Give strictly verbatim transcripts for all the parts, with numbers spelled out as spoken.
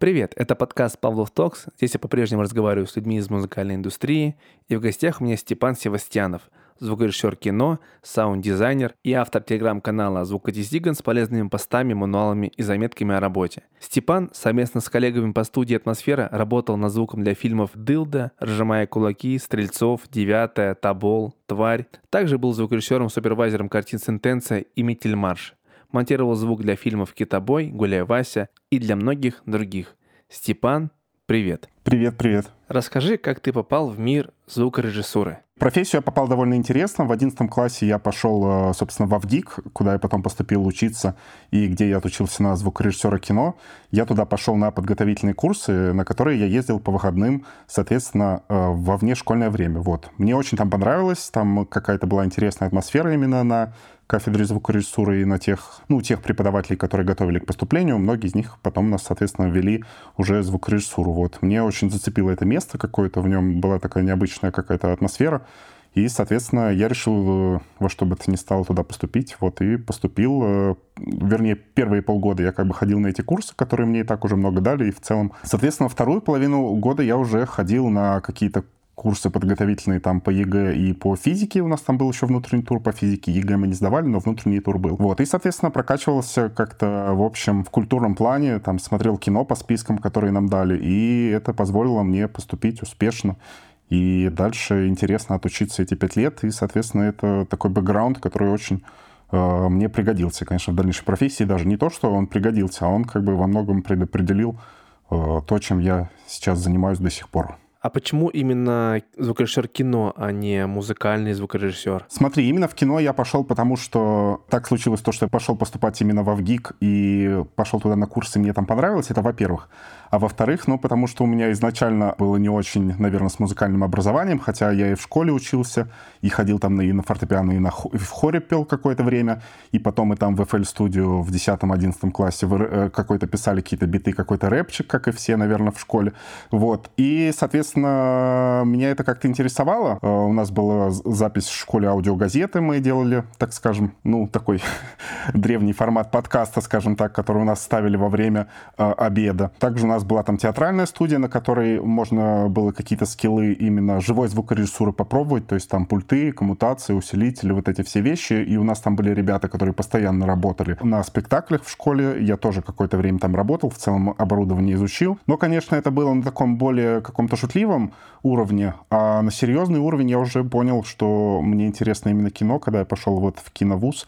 Привет, это подкаст Pavlov Talks. Здесь я по-прежнему разговариваю с людьми из музыкальной индустрии. И в гостях у меня Степан Севастьянов, звукорежиссер кино, саунд-дизайнер и автор телеграм-канала «Звукодизиган» с полезными постами, мануалами и заметками о работе. Степан совместно с коллегами по студии «Атмосфера» работал над звуком для фильмов «Дылда», «Разжимая кулаки», «Стрельцов», «Девятая», «Тобол», «Тварь». Также был звукорежиссером-супервайзером картин «Сентенция» и «Метельмарш». Монтировал звук для фильмов «Китобой», «Гуляй, Вася» и для многих других. Степан, привет. Привет, привет. Расскажи, как ты попал в мир звукорежиссуры. В профессию я попал довольно интересно. В одиннадцатом классе я пошел, собственно, в ВГИК, куда я потом поступил учиться, и где я отучился на звукорежиссера кино. Я туда пошел на подготовительные курсы, на которые я ездил по выходным, соответственно, во внешкольное время. Вот. Мне очень там понравилось, там какая-то была интересная атмосфера именно на кафедре звукорежиссуры и на тех, ну, тех преподавателей, которые готовили к поступлению. Многие из них потом нас, соответственно, ввели уже звукорежиссуру. Вот. Мне очень зацепило это место какое-то, в нем была такая необычная какая-то атмосфера. И, соответственно, я решил во что бы то ни стало туда поступить. Вот, и поступил. Вернее, первые полгода я как бы ходил на эти курсы, которые мне и так уже много дали. И в целом, соответственно, вторую половину года я уже ходил на какие-то курсы подготовительные там по ЕГЭ и по физике. У нас там был еще внутренний тур по физике. ЕГЭ мы не сдавали, но внутренний тур был. Вот. И, соответственно, прокачивался как-то, в общем, в культурном плане. Там смотрел кино по спискам, которые нам дали. И это позволило мне поступить успешно. И дальше интересно отучиться эти пять лет. И, соответственно, это такой бэкграунд, который очень э, мне пригодился, конечно, в дальнейшей профессии. Даже не то, что он пригодился, а он как бы во многом предопределил э, то, чем я сейчас занимаюсь до сих пор. А почему именно звукорежиссер кино, а не музыкальный звукорежиссер? Смотри, именно в кино я пошел, потому что так случилось то, что я пошел поступать именно во ВГИК и пошел туда на курсы, мне там понравилось, это во-первых. А во-вторых, ну, потому что у меня изначально было не очень, наверное, с музыкальным образованием, хотя я и в школе учился, и ходил там и на фортепиано, и, на, и в хоре пел какое-то время, и потом и там в эф эл-студию в десятом-одиннадцатом классе в, какой-то писали какие-то биты, какой-то рэпчик, как и все, наверное, в школе. Вот. И, соответственно, меня это как-то интересовало. У нас была запись в школе аудиогазеты, мы делали, так скажем, ну, такой древний формат подкаста, скажем так, который у нас ставили во время обеда. Также у нас была там театральная студия, на которой можно было какие-то скиллы именно живой звукорежиссуры попробовать, то есть там пульты, коммутации, усилители, вот эти все вещи. И у нас там были ребята, которые постоянно работали на спектаклях в школе. Я тоже какое-то время там работал, в целом оборудование изучил. Но, конечно, это было на таком более каком-то шутливом уровне, а на серьезный уровень я уже понял, что мне интересно именно кино, когда я пошел вот в киновуз.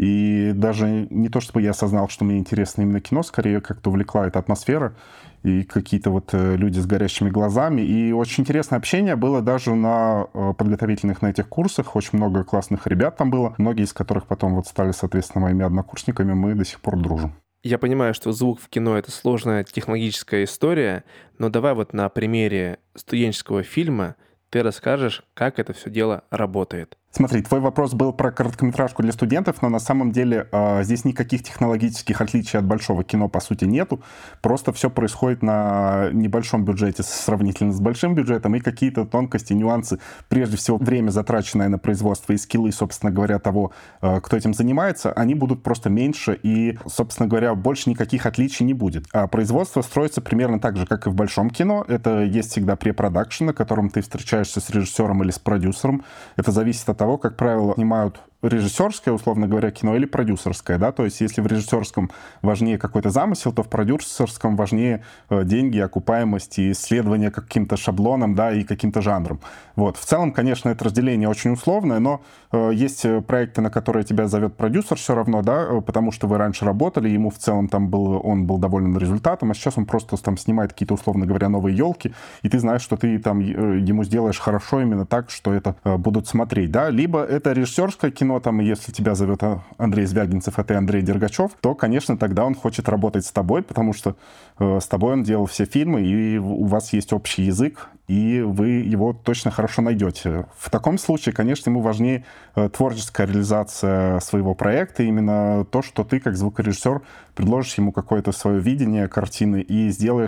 И даже не то, чтобы я осознал, что мне интересно именно кино, скорее как-то увлекла эта атмосфера и какие-то вот люди с горящими глазами. И очень интересное общение было даже на подготовительных на этих курсах. Очень много классных ребят там было, многие из которых потом вот стали, соответственно, моими однокурсниками. Мы до сих пор дружим. Я понимаю, что звук в кино — это сложная технологическая история, но давай вот на примере студенческого фильма ты расскажешь, как это все дело работает. Смотри, твой вопрос был про короткометражку для студентов, но на самом деле э, здесь никаких технологических отличий от большого кино, по сути, нету. Просто все происходит на небольшом бюджете сравнительно с большим бюджетом, и какие-то тонкости, нюансы, прежде всего, время, затраченное на производство и скиллы, собственно говоря, того, э, кто этим занимается, они будут просто меньше, и, собственно говоря, больше никаких отличий не будет. А производство строится примерно так же, как и в большом кино. Это есть всегда препродакшн, на котором ты встречаешься с режиссером или с продюсером. Это зависит от того, как правило, снимают режиссерское, условно говоря, кино или продюсерское, да, то есть если в режиссерском важнее какой-то замысел, то в продюсерском важнее э, деньги, окупаемость и исследование каким-то шаблоном, да, и каким-то жанром. Вот. В целом, конечно, это разделение очень условное, но э, есть проекты, на которые тебя зовет продюсер все равно, да, потому что вы раньше работали, ему в целом там был, он был доволен результатом, а сейчас он просто там снимает какие-то, условно говоря, новые елки, и ты знаешь, что ты там э, ему сделаешь хорошо именно так, что это э, будут смотреть, да, либо это режиссерское кино, там, если тебя зовет Андрей Звягинцев, а ты Андрей Дергачев, то, конечно, тогда он хочет работать с тобой, потому что э, с тобой он делал все фильмы, и у вас есть общий язык, и вы его точно хорошо найдете. В таком случае, конечно, ему важнее э, творческая реализация своего проекта, именно то, что ты, как звукорежиссер, предложишь ему какое-то свое видение картины и сделаешь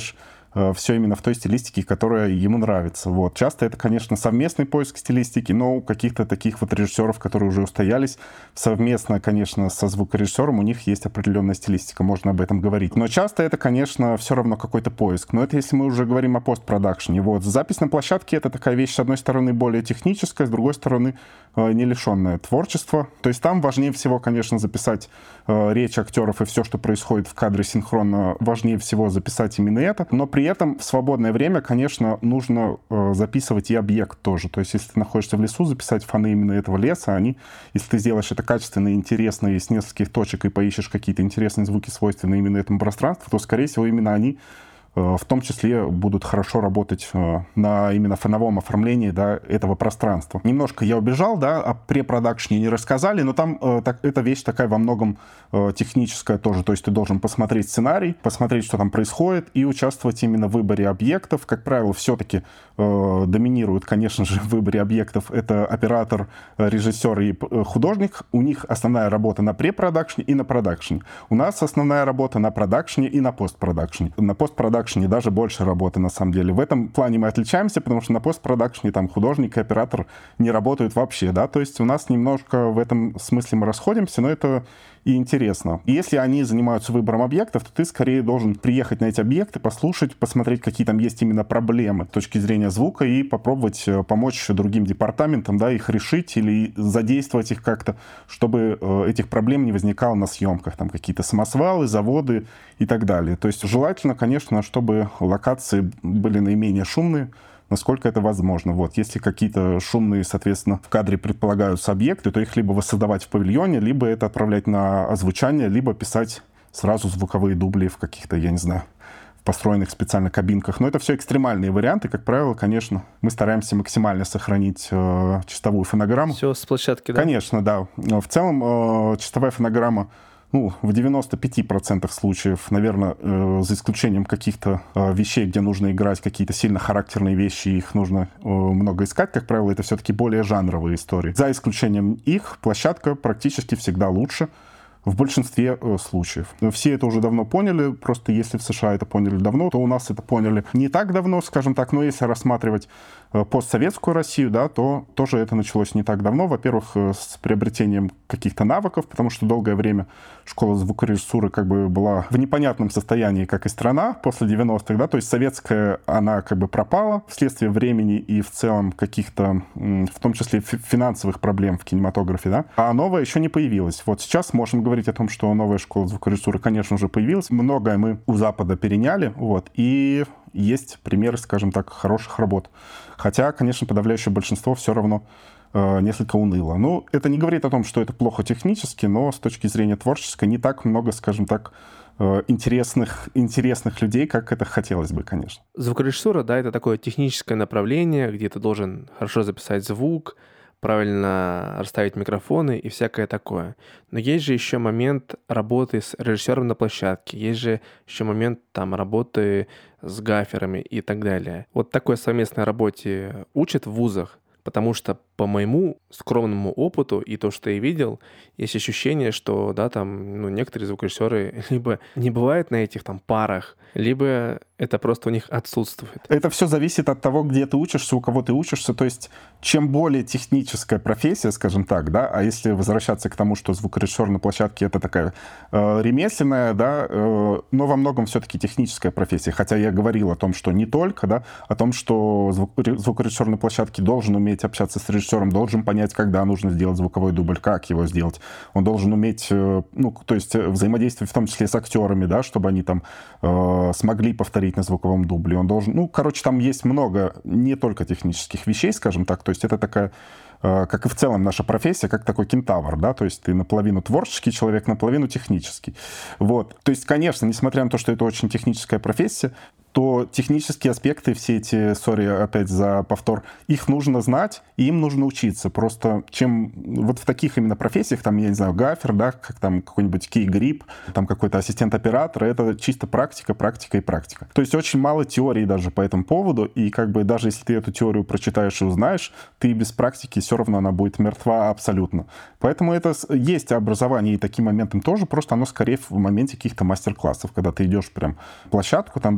все именно в той стилистике, которая ему нравится. Вот. Часто это, конечно, совместный поиск стилистики, но у каких-то таких вот режиссеров, которые уже устоялись, совместно, конечно, со звукорежиссером у них есть определенная стилистика, можно об этом говорить. Но часто это, конечно, все равно какой-то поиск. Но это если мы уже говорим о постпродакшене. Вот. Запись на площадке — это такая вещь, с одной стороны, более техническая, с другой стороны, не лишенное творчества. То есть там важнее всего, конечно, записать э, речь актеров и все, что происходит в кадре синхронно, важнее всего записать именно это. Но при этом в свободное время, конечно, нужно э, записывать и объект тоже. То есть если ты находишься в лесу, записать фоны именно этого леса, они, если ты сделаешь это качественно и интересно, и с нескольких точек, и поищешь какие-то интересные звуки, свойственные именно этому пространству, то, скорее всего, именно они в том числе будут хорошо работать на именно фоновом оформлении, да, этого пространства. Немножко я убежал, да, о препродакшне не рассказали, но там э, так, эта вещь такая во многом э, техническая тоже. То есть ты должен посмотреть сценарий, посмотреть, что там происходит, и участвовать именно в выборе объектов. Как правило, все-таки э, доминирует, конечно же, в выборе объектов это оператор, режиссер и художник. У них основная работа на препродакшне и на продакшне. У нас основная работа на продакшне и на постпродакшне. На постпродакшне даже больше работы, на самом деле. В этом плане мы отличаемся, потому что на постпродакшне там художник и оператор не работают вообще, да, то есть у нас немножко в этом смысле мы расходимся, но это и интересно. И если они занимаются выбором объектов, то ты скорее должен приехать на эти объекты, послушать, посмотреть, какие там есть именно проблемы с точки зрения звука и попробовать помочь другим департаментам, да, их решить или задействовать их как-то, чтобы этих проблем не возникало на съемках. Там какие-то самосвалы, заводы и так далее. То есть желательно, конечно, чтобы локации были наименее шумные, насколько это возможно. Вот. Если какие-то шумные, соответственно, в кадре предполагаются объекты, то их либо воссоздавать в павильоне, либо это отправлять на озвучание, либо писать сразу звуковые дубли в каких-то, я не знаю, в построенных специально кабинках. Но это все экстремальные варианты. Как правило, конечно, мы стараемся максимально сохранить э, чистовую фонограмму. Все с площадки, да? Конечно, да. В целом, э, чистовая фонограмма, ну, в девяноста пяти процентах случаев, наверное, э, за исключением каких-то э, вещей, где нужно играть какие-то сильно характерные вещи, их нужно э, много искать, как правило, это все-таки более жанровые истории. За исключением их, площадка практически всегда лучше в большинстве э, случаев. Все это уже давно поняли, просто если в США это поняли давно, то у нас это поняли не так давно, скажем так, но если рассматривать э, постсоветскую Россию, да, то тоже это началось не так давно. Во-первых, э, с приобретением каких-то навыков, потому что долгое время школа звукорежиссуры как бы была в непонятном состоянии, как и страна после девяностых, да, то есть советская, она как бы пропала вследствие времени и в целом каких-то, в том числе финансовых проблем в кинематографе, да, а новая еще не появилась. Вот сейчас можем говорить о том, что новая школа звукорежиссуры, конечно, уже появилась. Многое мы у Запада переняли, вот, и есть примеры, скажем так, хороших работ. Хотя, конечно, подавляющее большинство все равно несколько уныло. Ну, это не говорит о том, что это плохо технически, но с точки зрения творческой не так много, скажем так, интересных, интересных людей, как это хотелось бы, конечно. Звукорежиссура, да, это такое техническое направление, где ты должен хорошо записать звук, правильно расставить микрофоны и всякое такое. Но есть же еще момент работы с режиссером на площадке, есть же еще момент там работы с гаферами и так далее. Вот такой совместной работе учат в вузах. Потому что по моему скромному опыту и то, что я видел, есть ощущение, что, да, там, ну, некоторые звукорежиссеры либо не бывают на этих там парах, либо это просто у них отсутствует. Это все зависит от того, где ты учишься, у кого ты учишься. То есть чем более техническая профессия, скажем так, да, а если возвращаться к тому, что звукорежиссер на площадке — это такая э, ремесленная, да, э, но во многом все-таки техническая профессия. Хотя я говорил о том, что не только, да, о том, что звук, звукорежиссер на площадке должен уметь общаться с режиссером, должен понять, когда нужно сделать звуковой дубль, как его сделать. Он должен уметь, э, ну, то есть взаимодействовать в том числе с актерами, да, чтобы они там э, смогли повторить на звуковом дубле. Он должен, ну, короче, там есть много не только технических вещей, скажем так, то есть это такая, э, как и в целом наша профессия, как такой кентавр, да, то есть ты наполовину творческий человек, наполовину технический. Вот. То есть, конечно, несмотря на то, что это очень техническая профессия, то технические аспекты, все эти, сори, опять за повтор, их нужно знать, и им нужно учиться. Просто чем вот в таких именно профессиях, там, я не знаю, гафер, да, как там какой-нибудь кей-грип, там какой-то ассистент оператора, это чисто практика, практика и практика. То есть очень мало теории даже по этому поводу, и как бы даже если ты эту теорию прочитаешь и узнаешь, ты без практики все равно она будет мертва абсолютно. Поэтому это есть образование и таким моментом тоже, просто оно скорее в моменте каких-то мастер-классов, когда ты идешь прям в площадку там, да, или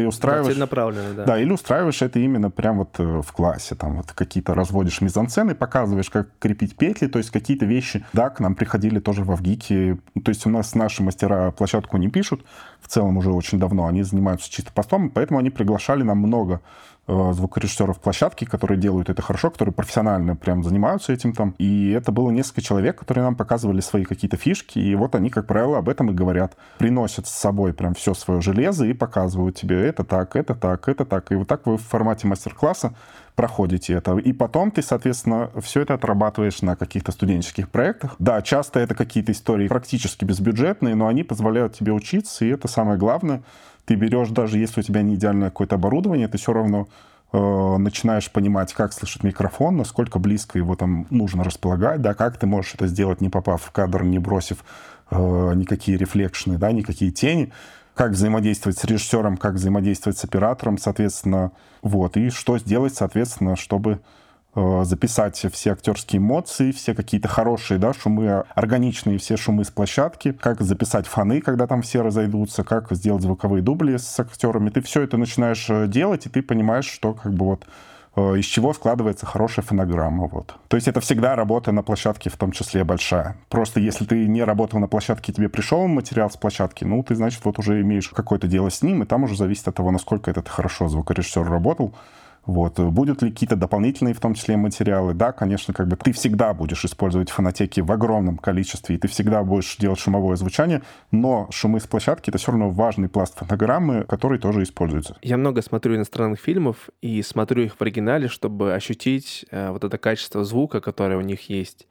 или устраиваешь... Да, целенаправленно, да. Да, или устраиваешь это именно прям вот в классе, там вот какие-то разводишь мизансцены, показываешь, как крепить петли, то есть какие-то вещи. Да, к нам приходили тоже во ВГИКе, то есть у нас наши мастера площадку не пишут, в целом уже очень давно, они занимаются чисто постом, поэтому они приглашали нам много звукорежиссеров площадки, которые делают это хорошо, которые профессионально прям занимаются этим там. И это было несколько человек, которые нам показывали свои какие-то фишки, и вот они, как правило, об этом и говорят. Приносят с собой прям все свое железо и показывают тебе это так, это так, это так. И вот так вы в формате мастер-класса проходите это. И потом ты, соответственно, все это отрабатываешь на каких-то студенческих проектах. Да, часто это какие-то истории практически безбюджетные, но они позволяют тебе учиться, и это самое главное. Ты берешь, даже если у тебя не идеальное какое-то оборудование, ты все равно э, начинаешь понимать, как слышит микрофон, насколько близко его там нужно располагать, да, как ты можешь это сделать, не попав в кадр, не бросив э, никакие рефлекшны, да, никакие тени, как взаимодействовать с режиссером, как взаимодействовать с оператором, соответственно, вот, и что сделать, соответственно, чтобы записать все актерские эмоции, все какие-то хорошие, да, шумы, органичные все шумы с площадки, как записать фоны, когда там все разойдутся, как сделать звуковые дубли с актерами. Ты все это начинаешь делать, и ты понимаешь, что как бы вот из чего складывается хорошая фонограмма. Вот. То есть это всегда работа на площадке, в том числе большая. Просто если ты не работал на площадке, тебе пришел материал с площадки, ну, ты, значит, вот уже имеешь какое-то дело с ним, и там уже зависит от того, насколько этот хорошо звукорежиссер работал. Вот. Будут ли какие-то дополнительные, в том числе, материалы? Да, конечно, как бы ты всегда будешь использовать фонотеки в огромном количестве, и ты всегда будешь делать шумовое звучание, но шумы с площадки — это все равно важный пласт фонограммы, который тоже используется. Я много смотрю иностранных фильмов и смотрю их в оригинале, чтобы ощутить э, вот это качество звука, которое у них есть.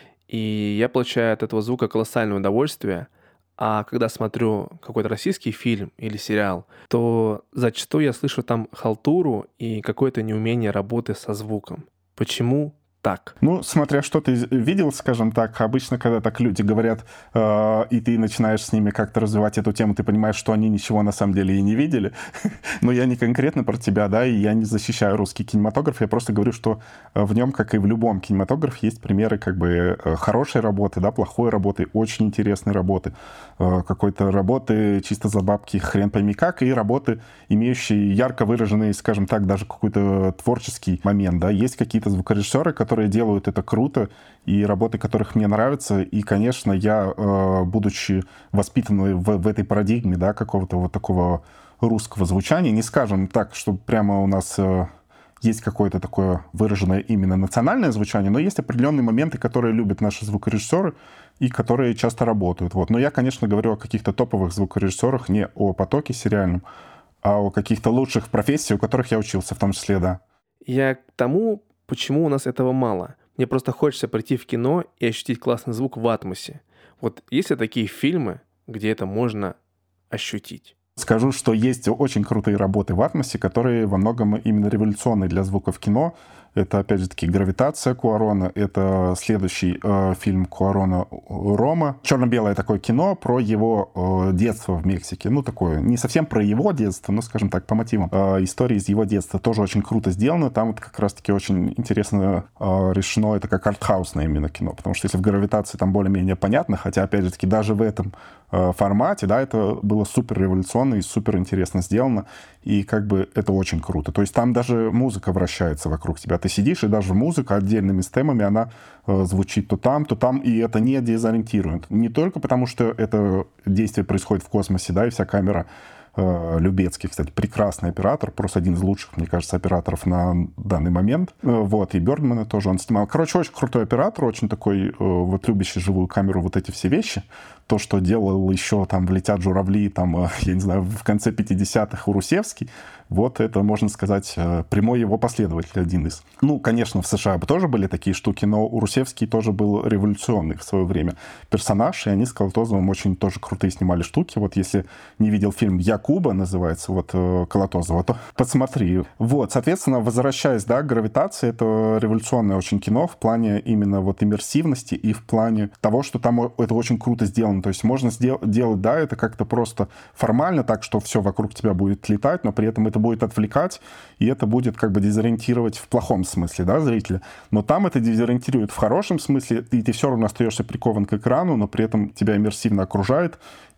И я получаю от этого звука колоссальное удовольствие. А когда смотрю какой-то российский фильм или сериал, то зачастую я слышу там халтуру и какое-то неумение работы со звуком. Почему так? Ну, смотря что ты видел, скажем так, обычно, когда так люди говорят, э, и ты начинаешь с ними как-то развивать эту тему, ты понимаешь, что они ничего на самом деле и не видели. Но я не конкретно про тебя, да, и я не защищаю русский кинематограф, я просто говорю, что в нем, как и в любом кинематографе, есть примеры как бы хорошей работы, да, плохой работы, очень интересной работы, э, какой-то работы чисто за бабки, хрен пойми как, и работы, имеющие ярко выраженный, скажем так, даже какой-то творческий момент, да. Есть какие-то звукорежиссеры, которые которые делают это круто, и работы которых мне нравятся. И, конечно, я, будучи воспитанный в, в этой парадигме, да, какого-то вот такого русского звучания, не скажем так, что прямо у нас есть какое-то такое выраженное именно национальное звучание, но есть определенные моменты, которые любят наши звукорежиссеры и которые часто работают. Вот. Но я, конечно, говорю о каких-то топовых звукорежиссерах, не о потоке сериальном, а о каких-то лучших профессиях, у которых я учился, в том числе, да. Я к тому, почему у нас этого мало. Мне просто хочется прийти в кино и ощутить классный звук в атмосе. Вот есть ли такие фильмы, где это можно ощутить? Скажу, что есть очень крутые работы в атмосе, которые во многом именно революционные для звука в кино. Это, опять же таки, «Гравитация» Куарона. Это следующий э, фильм Куарона «Рома». Черно-белое такое кино про его э, детство в Мексике. Ну, такое, не совсем про его детство, но, скажем так, по мотивам. Э, истории из его детства тоже очень круто сделаны. Там вот как раз-таки очень интересно э, решено это как артхаусное именно кино. Потому что если в «Гравитации» там более-менее понятно, хотя, опять же таки, даже в этом э, формате, да, это было супер революционно и супер интересно сделано. И как бы это очень круто. То есть там даже музыка вращается вокруг тебя. Ты сидишь, и даже музыка отдельными стемами, она э, звучит то там, то там, и это не дезориентирует. Не только потому, что это действие происходит в космосе, да, и вся камера э, Любецкий, кстати, прекрасный оператор, просто один из лучших, мне кажется, операторов на данный момент. Э, вот, и Бёрдмана тоже он снимал. Короче, очень крутой оператор, очень такой, э, вот, любящий живую камеру, вот эти все вещи. То, что делал еще там «Летят журавли», там, э, я не знаю, в конце пятидесятых Урусевский, вот это, можно сказать, прямой его последователь, один из. Ну, конечно, в США бы тоже были такие штуки, но Урусевский тоже был революционный в свое время персонаж, и они с Колотозовым очень тоже крутые снимали штуки. Вот если не видел фильм «Я Куба», называется, вот, Колотозова, то посмотри. Вот, соответственно, возвращаясь, да, к «Гравитации», это революционное очень кино в плане именно вот иммерсивности и в плане того, что там это очень круто сделано. То есть можно сделать, делать, да, это как-то просто формально так, что все вокруг тебя будет летать, но при этом это будет отвлекать, и это будет как бы дезориентировать в плохом смысле, да, зрителя. Но там это дезориентирует в хорошем смысле, и ты все равно остаешься прикован к экрану, но при этом тебя иммерсивно окружает,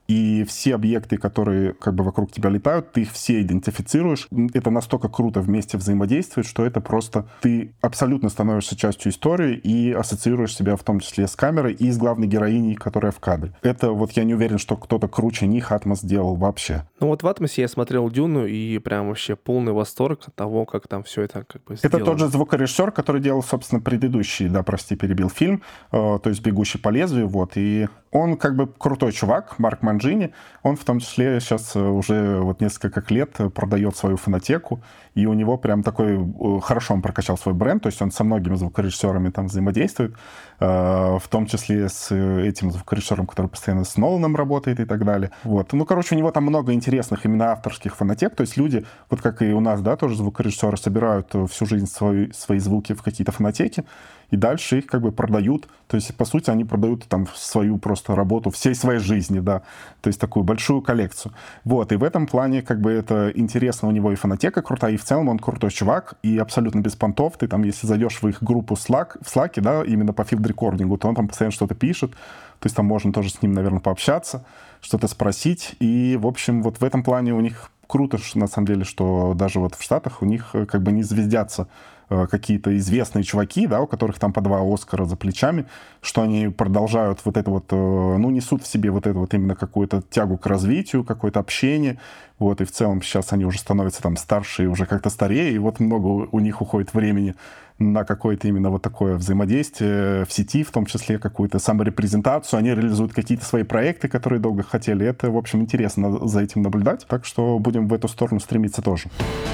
и все объекты, которые как бы вокруг тебя летают, ты их все идентифицируешь. Это настолько круто вместе взаимодействует, что это просто ты абсолютно становишься частью истории и ассоциируешь себя в том числе с камерой и с главной героиней, которая в кадре. Это вот я не уверен, что кто-то круче них Atmos сделал вообще. Ну вот в Atmos я смотрел Дюну, и прям вообще полный восторг от того, как там все это как бы сделано. Это тот же звукорежиссер, который делал, собственно, предыдущий, да, прости, перебил фильм, э, то есть «Бегущий по лезвию», вот, и он как бы крутой чувак, Марк Манджини, он в том числе сейчас уже вот несколько лет продает свою фонотеку, и у него прям такой, хорошо он прокачал свой бренд, то есть он со многими звукорежиссерами там взаимодействует, э, в том числе с этим звукорежиссером, который постоянно с Ноланом работает и так далее. Вот. Ну, короче, у него там много интересных именно авторских фонотек, то есть люди, вот как и у нас, да, тоже звукорежиссеры собирают всю жизнь свои, свои звуки в какие-то фонотеки, и дальше их как бы продают. То есть, по сути, они продают там свою просто работу всей своей жизни, да. То есть такую большую коллекцию. Вот, и в этом плане как бы это интересно, у него и фонотека крутая, и в целом он крутой чувак, и абсолютно без понтов. Ты там, если зайдешь в их группу Slack, в Slack, да, именно по филд-рекордингу, то он там постоянно что-то пишет. То есть там можно тоже с ним, наверное, пообщаться, что-то спросить. И, в общем, вот в этом плане у них круто, на самом деле, что даже вот в Штатах у них как бы не звездятся какие-то известные чуваки, да, у которых там по два Оскара за плечами, что они продолжают вот это вот, ну, несут в себе вот это вот именно какую-то тягу к развитию, какое-то общение, вот, и в целом сейчас они уже становятся там старше и уже как-то старее, и вот много у них уходит времени на какое-то именно вот такое взаимодействие в сети, в том числе какую-то саморепрезентацию, они реализуют какие-то свои проекты, которые долго хотели, это, в общем, интересно за этим наблюдать, так что будем в эту сторону стремиться тоже.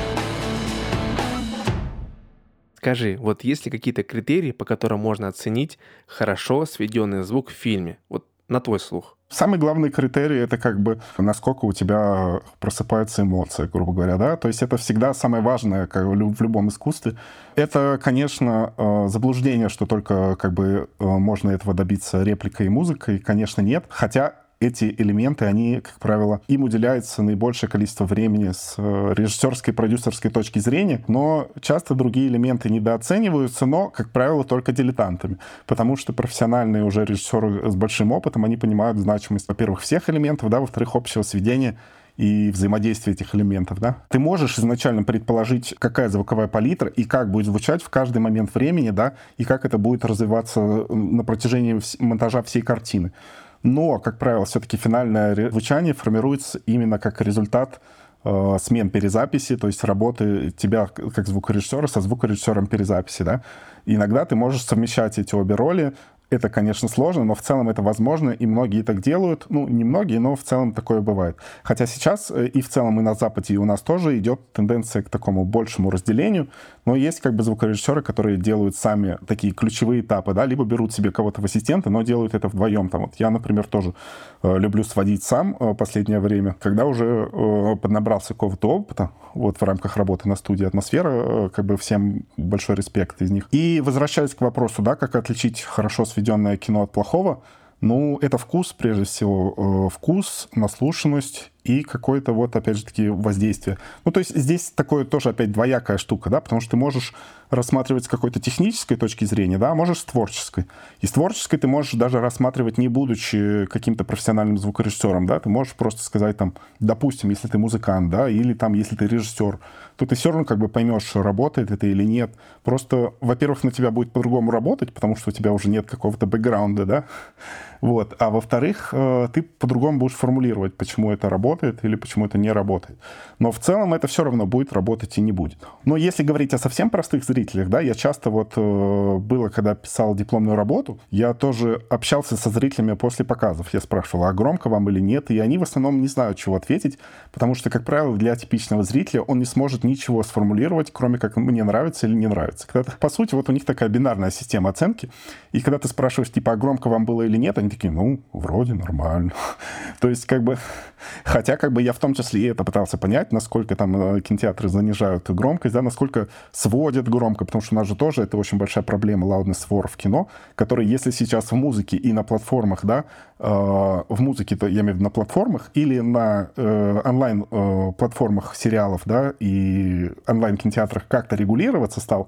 Скажи, вот есть ли какие-то критерии, по которым можно оценить хорошо сведенный звук в фильме? Вот на твой слух. Самый главный критерий — это как бы насколько у тебя просыпается эмоция, грубо говоря, да. То есть это всегда самое важное как в любом искусстве. Это, конечно, заблуждение, что только как бы можно этого добиться репликой и музыкой, конечно, нет. Хотя эти элементы, они, как правило, им уделяется наибольшее количество времени с режиссерской, продюсерской точки зрения, но часто другие элементы недооцениваются, но, как правило, только дилетантами, потому что профессиональные уже режиссеры с большим опытом, они понимают значимость, во-первых, всех элементов, да, во-вторых, общего сведения и взаимодействие этих элементов, да. Ты можешь изначально предположить, какая звуковая палитра и как будет звучать в каждый момент времени, да, и как это будет развиваться на протяжении монтажа всей картины. Но, как правило, все-таки финальное звучание формируется именно как результат э, смен перезаписи, то есть работы тебя как звукорежиссера со звукорежиссером перезаписи, да. И иногда ты можешь совмещать эти обе роли. Это, конечно, сложно, но в целом это возможно, и многие так делают. Ну, не многие, но в целом такое бывает. Хотя сейчас и в целом и на Западе, и у нас тоже идет тенденция к такому большему разделению, но есть как бы звукорежиссеры, которые делают сами такие ключевые этапы, да, либо берут себе кого-то в ассистента, но делают это вдвоем. Там, вот я, например, тоже э, люблю сводить сам э, последнее время, когда уже э, поднабрался какого-то опыта, вот в рамках работы на студии «Атмосфера», э, как бы всем большой респект из них. И возвращаясь к вопросу, да, как отличить хорошо сведенное кино от плохого, ну, это вкус, прежде всего, э, вкус, наслушанность и какое-то вот, опять же таки, воздействие. Ну, то есть здесь такое тоже опять двоякая штука, да, потому что ты можешь рассматривать с какой-то технической точки зрения, да, а можешь с творческой. И с творческой ты можешь даже рассматривать, не будучи каким-то профессиональным звукорежиссером, да, ты можешь просто сказать там, допустим, если ты музыкант, да, или там, если ты режиссер, то ты все равно как бы поймешь, работает это или нет. Просто, во-первых, на тебя будет по-другому работать, потому что у тебя уже нет какого-то бэкграунда, да, вот, а во-вторых, ты по-другому будешь формулировать, почему это работает или почему это не работает. Но в целом это все равно будет работать и не будет. Но если говорить о совсем простых зрителях, да, я часто вот было, когда писал дипломную работу, я тоже общался со зрителями после показов. Я спрашивал, а громко вам или нет, и они в основном не знают, чего ответить, потому что, как правило, для типичного зрителя он не сможет ничего сформулировать, кроме как мне нравится или не нравится. Когда, по сути, вот у них такая бинарная система оценки, и когда ты спрашиваешь, типа, а громко вам было или нет, они такие, ну, вроде нормально. То есть, как бы, хотя, как бы, я в том числе и это пытался понять, насколько там кинотеатры занижают громкость, да, насколько сводят громко, потому что у нас же тоже это очень большая проблема loudness war в кино, который, если сейчас в музыке и на платформах, да, э, в музыке, то я имею в виду на платформах или на э, онлайн-платформах э, сериалов, да, и онлайн-кинотеатрах как-то регулироваться стал,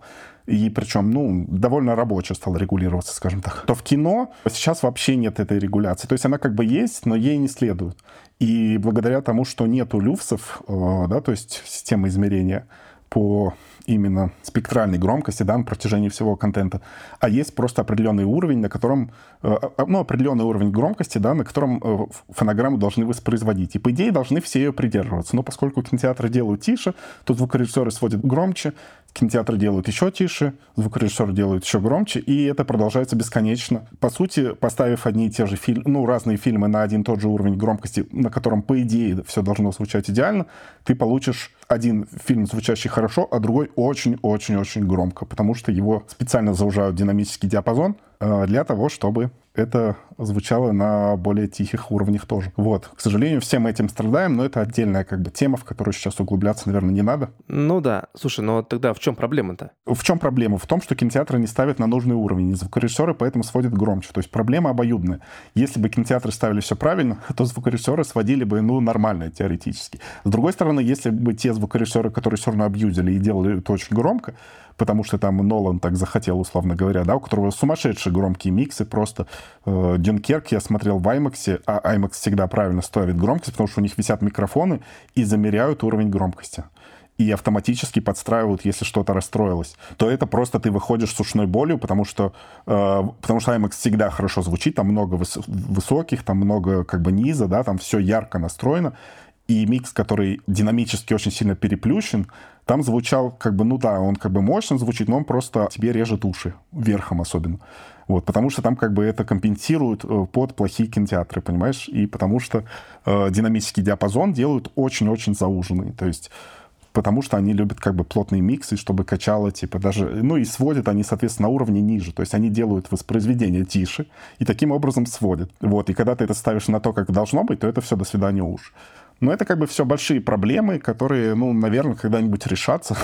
и причем, ну, довольно рабоче стало регулироваться, скажем так, то в кино сейчас вообще нет этой регуляции. То есть она как бы есть, но ей не следует. И благодаря тому, что нету люфсов, да, то есть системы измерения по именно спектральной громкости, да, на протяжении всего контента, а есть просто определенный уровень, на котором, ну, определенный уровень громкости, да, на котором фонограмму должны воспроизводить. И, по идее, должны все ее придерживаться. Но поскольку кинотеатры делают тише, то звукорежиссеры сводят громче, кинотеатры делают еще тише, звукорежиссеры делают еще громче, и это продолжается бесконечно. По сути, поставив одни и те же фильмы, ну, разные фильмы на один и тот же уровень громкости, на котором, по идее, все должно звучать идеально, ты получишь один фильм, звучащий хорошо, а другой очень-очень-очень громко, потому что его специально заужают динамический диапазон э, для того, чтобы это звучало на более тихих уровнях тоже. Вот. К сожалению, всем этим страдаем, но это отдельная как бы тема, в которую сейчас углубляться, наверное, не надо. Ну да. Слушай, ну тогда в чем проблема-то? В чем проблема? В том, что кинотеатры не ставят на нужный уровень, и звукорежиссеры поэтому сводят громче. То есть проблема обоюдная. Если бы кинотеатры ставили все правильно, то звукорежиссеры сводили бы, ну, нормально теоретически. С другой стороны, если бы те звукорежиссеры, которые все равно абьюзили и делали это очень громко, потому что там Нолан так захотел, условно говоря, да, у которого сумасшедшие громкие миксы, просто э, Дюнкерк я смотрел в IMAX, а IMAX всегда правильно ставит громкость, потому что у них висят микрофоны и замеряют уровень громкости. И автоматически подстраивают, если что-то расстроилось, то это просто ты выходишь с ушной болью, потому что, э, потому что IMAX всегда хорошо звучит, там много выс- высоких, там много как бы низа, да, там все ярко настроено, и микс, который динамически очень сильно переплющен, там звучал как бы, ну да, он как бы мощно звучит, но он просто тебе режет уши, верхом особенно. Вот, потому что там как бы это компенсируют под плохие кинотеатры, понимаешь? И потому что э, динамический диапазон делают очень-очень зауженный. То есть потому что они любят как бы плотные миксы, чтобы качало, типа, даже, ну, и сводят они, соответственно, на уровне ниже. То есть они делают воспроизведение тише и таким образом сводят. Вот, и когда ты это ставишь на то, как должно быть, то это все, до свидания, уж. Но это как бы все большие проблемы, которые, ну, наверное, когда-нибудь решатся,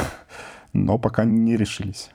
но пока не решились.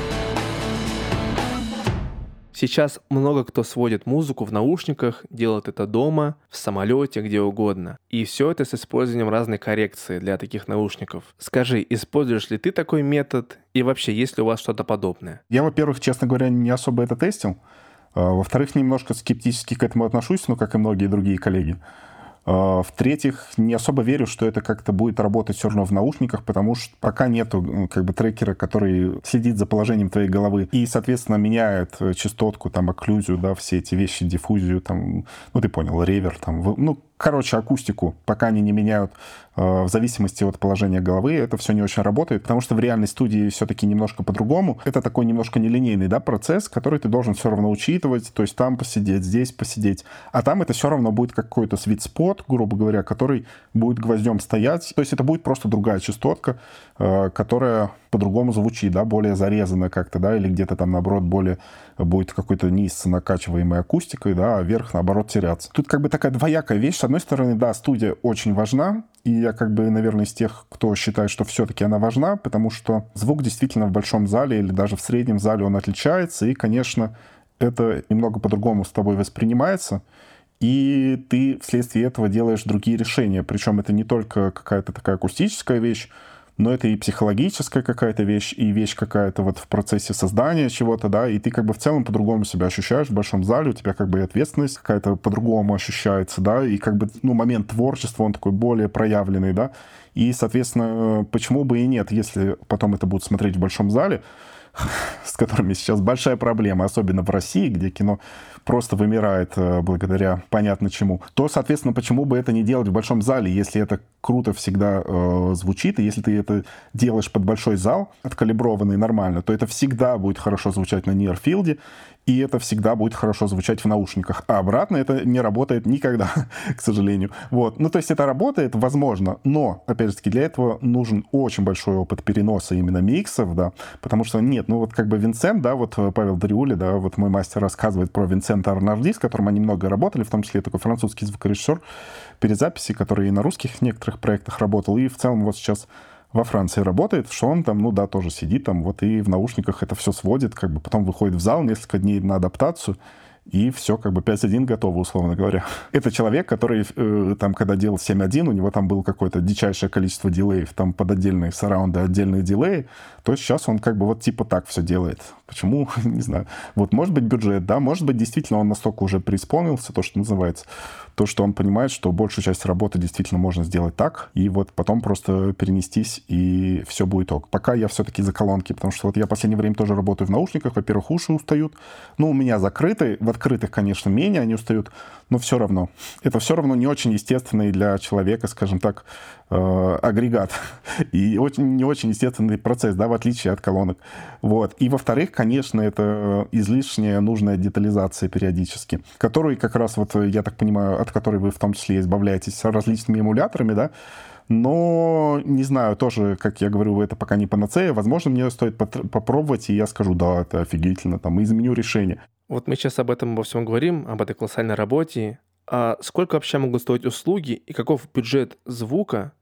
Сейчас много кто сводит музыку в наушниках, делает это дома, в самолете, где угодно. И все это с использованием разной коррекции для таких наушников. Скажи, используешь ли ты такой метод? И вообще, есть ли у вас что-то подобное? Я, во-первых, честно говоря, не особо это тестил. Во-вторых, немножко скептически к этому отношусь, ну, как и многие другие коллеги. В-третьих, не особо верю, что это как-то будет работать все равно в наушниках, потому что пока нету как бы трекера, который следит за положением твоей головы и, соответственно, меняет частотку, там, окклюзию, да, все эти вещи, диффузию, там, ну, ты понял, ревер, там, ну, короче, акустику, пока они не меняют э, в зависимости от положения головы, это все не очень работает, потому что в реальной студии все-таки немножко по-другому. Это такой немножко нелинейный, да, процесс, который ты должен все равно учитывать, то есть там посидеть, здесь посидеть. А там это все равно будет какой-то sweet spot, грубо говоря, который будет гвоздем стоять. То есть это будет просто другая частотка, э, которая по-другому звучит, да, более зарезанная как-то, да, или где-то там, наоборот, более будет какой-то низ с накачиваемой акустикой, да, а верх, наоборот, теряться. Тут как бы такая двоякая вещь. С одной стороны, да, студия очень важна, и я как бы, наверное, из тех, кто считает, что все-таки она важна, потому что звук действительно в большом зале или даже в среднем зале он отличается, и, конечно, это немного по-другому с тобой воспринимается, и ты вследствие этого делаешь другие решения. Причем это не только какая-то такая акустическая вещь, но это и психологическая какая-то вещь, и вещь какая-то вот в процессе создания чего-то, да, и ты как бы в целом по-другому себя ощущаешь в большом зале, у тебя как бы и ответственность какая-то по-другому ощущается, да, и как бы, ну, момент творчества, он такой более проявленный, да, и, соответственно, почему бы и нет, если потом это будут смотреть в большом зале, с которыми сейчас большая проблема, особенно в России, где кино просто вымирает э, благодаря понятно чему, то, соответственно, почему бы это не делать в большом зале, если это круто всегда э, звучит, и если ты это делаешь под большой зал, откалиброванный нормально, то это всегда будет хорошо звучать на нирфилде, и это всегда будет хорошо звучать в наушниках. А обратно это не работает никогда, к сожалению. Вот. Ну, то есть это работает, возможно, но, опять же таки, для этого нужен очень большой опыт переноса именно миксов, да, потому что нет, ну вот как бы Винсент, да, вот Павел Дриули, да, вот мой мастер рассказывает про Винсента Арнарди, с которым они много работали, в том числе такой французский звукорежиссер перезаписи, который и на русских некоторых проектах работал, и в целом вот сейчас во Франции работает, что он там, ну да, тоже сидит там, вот и в наушниках это все сводит, как бы потом выходит в зал несколько дней на адаптацию, и все, как бы пять один готово, условно говоря. Это человек, который э, там, когда делал семь один, у него там было какое-то дичайшее количество дилеев, там под отдельные сараунды отдельные дилеи, то сейчас он как бы вот типа так все делает. Почему? Не знаю. Вот может быть бюджет, да, может быть действительно он настолько уже преисполнился, то, что называется, то, что он понимает, что большую часть работы действительно можно сделать так, и вот потом просто перенестись, и все будет ок. Пока я все-таки за колонки, потому что вот я в последнее время тоже работаю в наушниках, во-первых, уши устают, ну, у меня закрыты, в открытых, конечно, менее они устают, но все равно. Это все равно не очень естественный для человека, скажем так, э, агрегат, и очень, не очень естественный процесс, да, в отличие от колонок. Вот. И, во-вторых, конечно, это излишняя нужная детализация периодически, которую как раз, вот, я так понимаю, от которой вы в том числе избавляетесь различными эмуляторами, да, но, не знаю, тоже, как я говорю, это пока не панацея. Возможно, мне стоит попробовать, и я скажу, да, это офигительно, там, и изменю решение. Вот мы сейчас об этом во всем говорим, об этой колоссальной работе. А сколько вообще могут стоить услуги и каков бюджет звука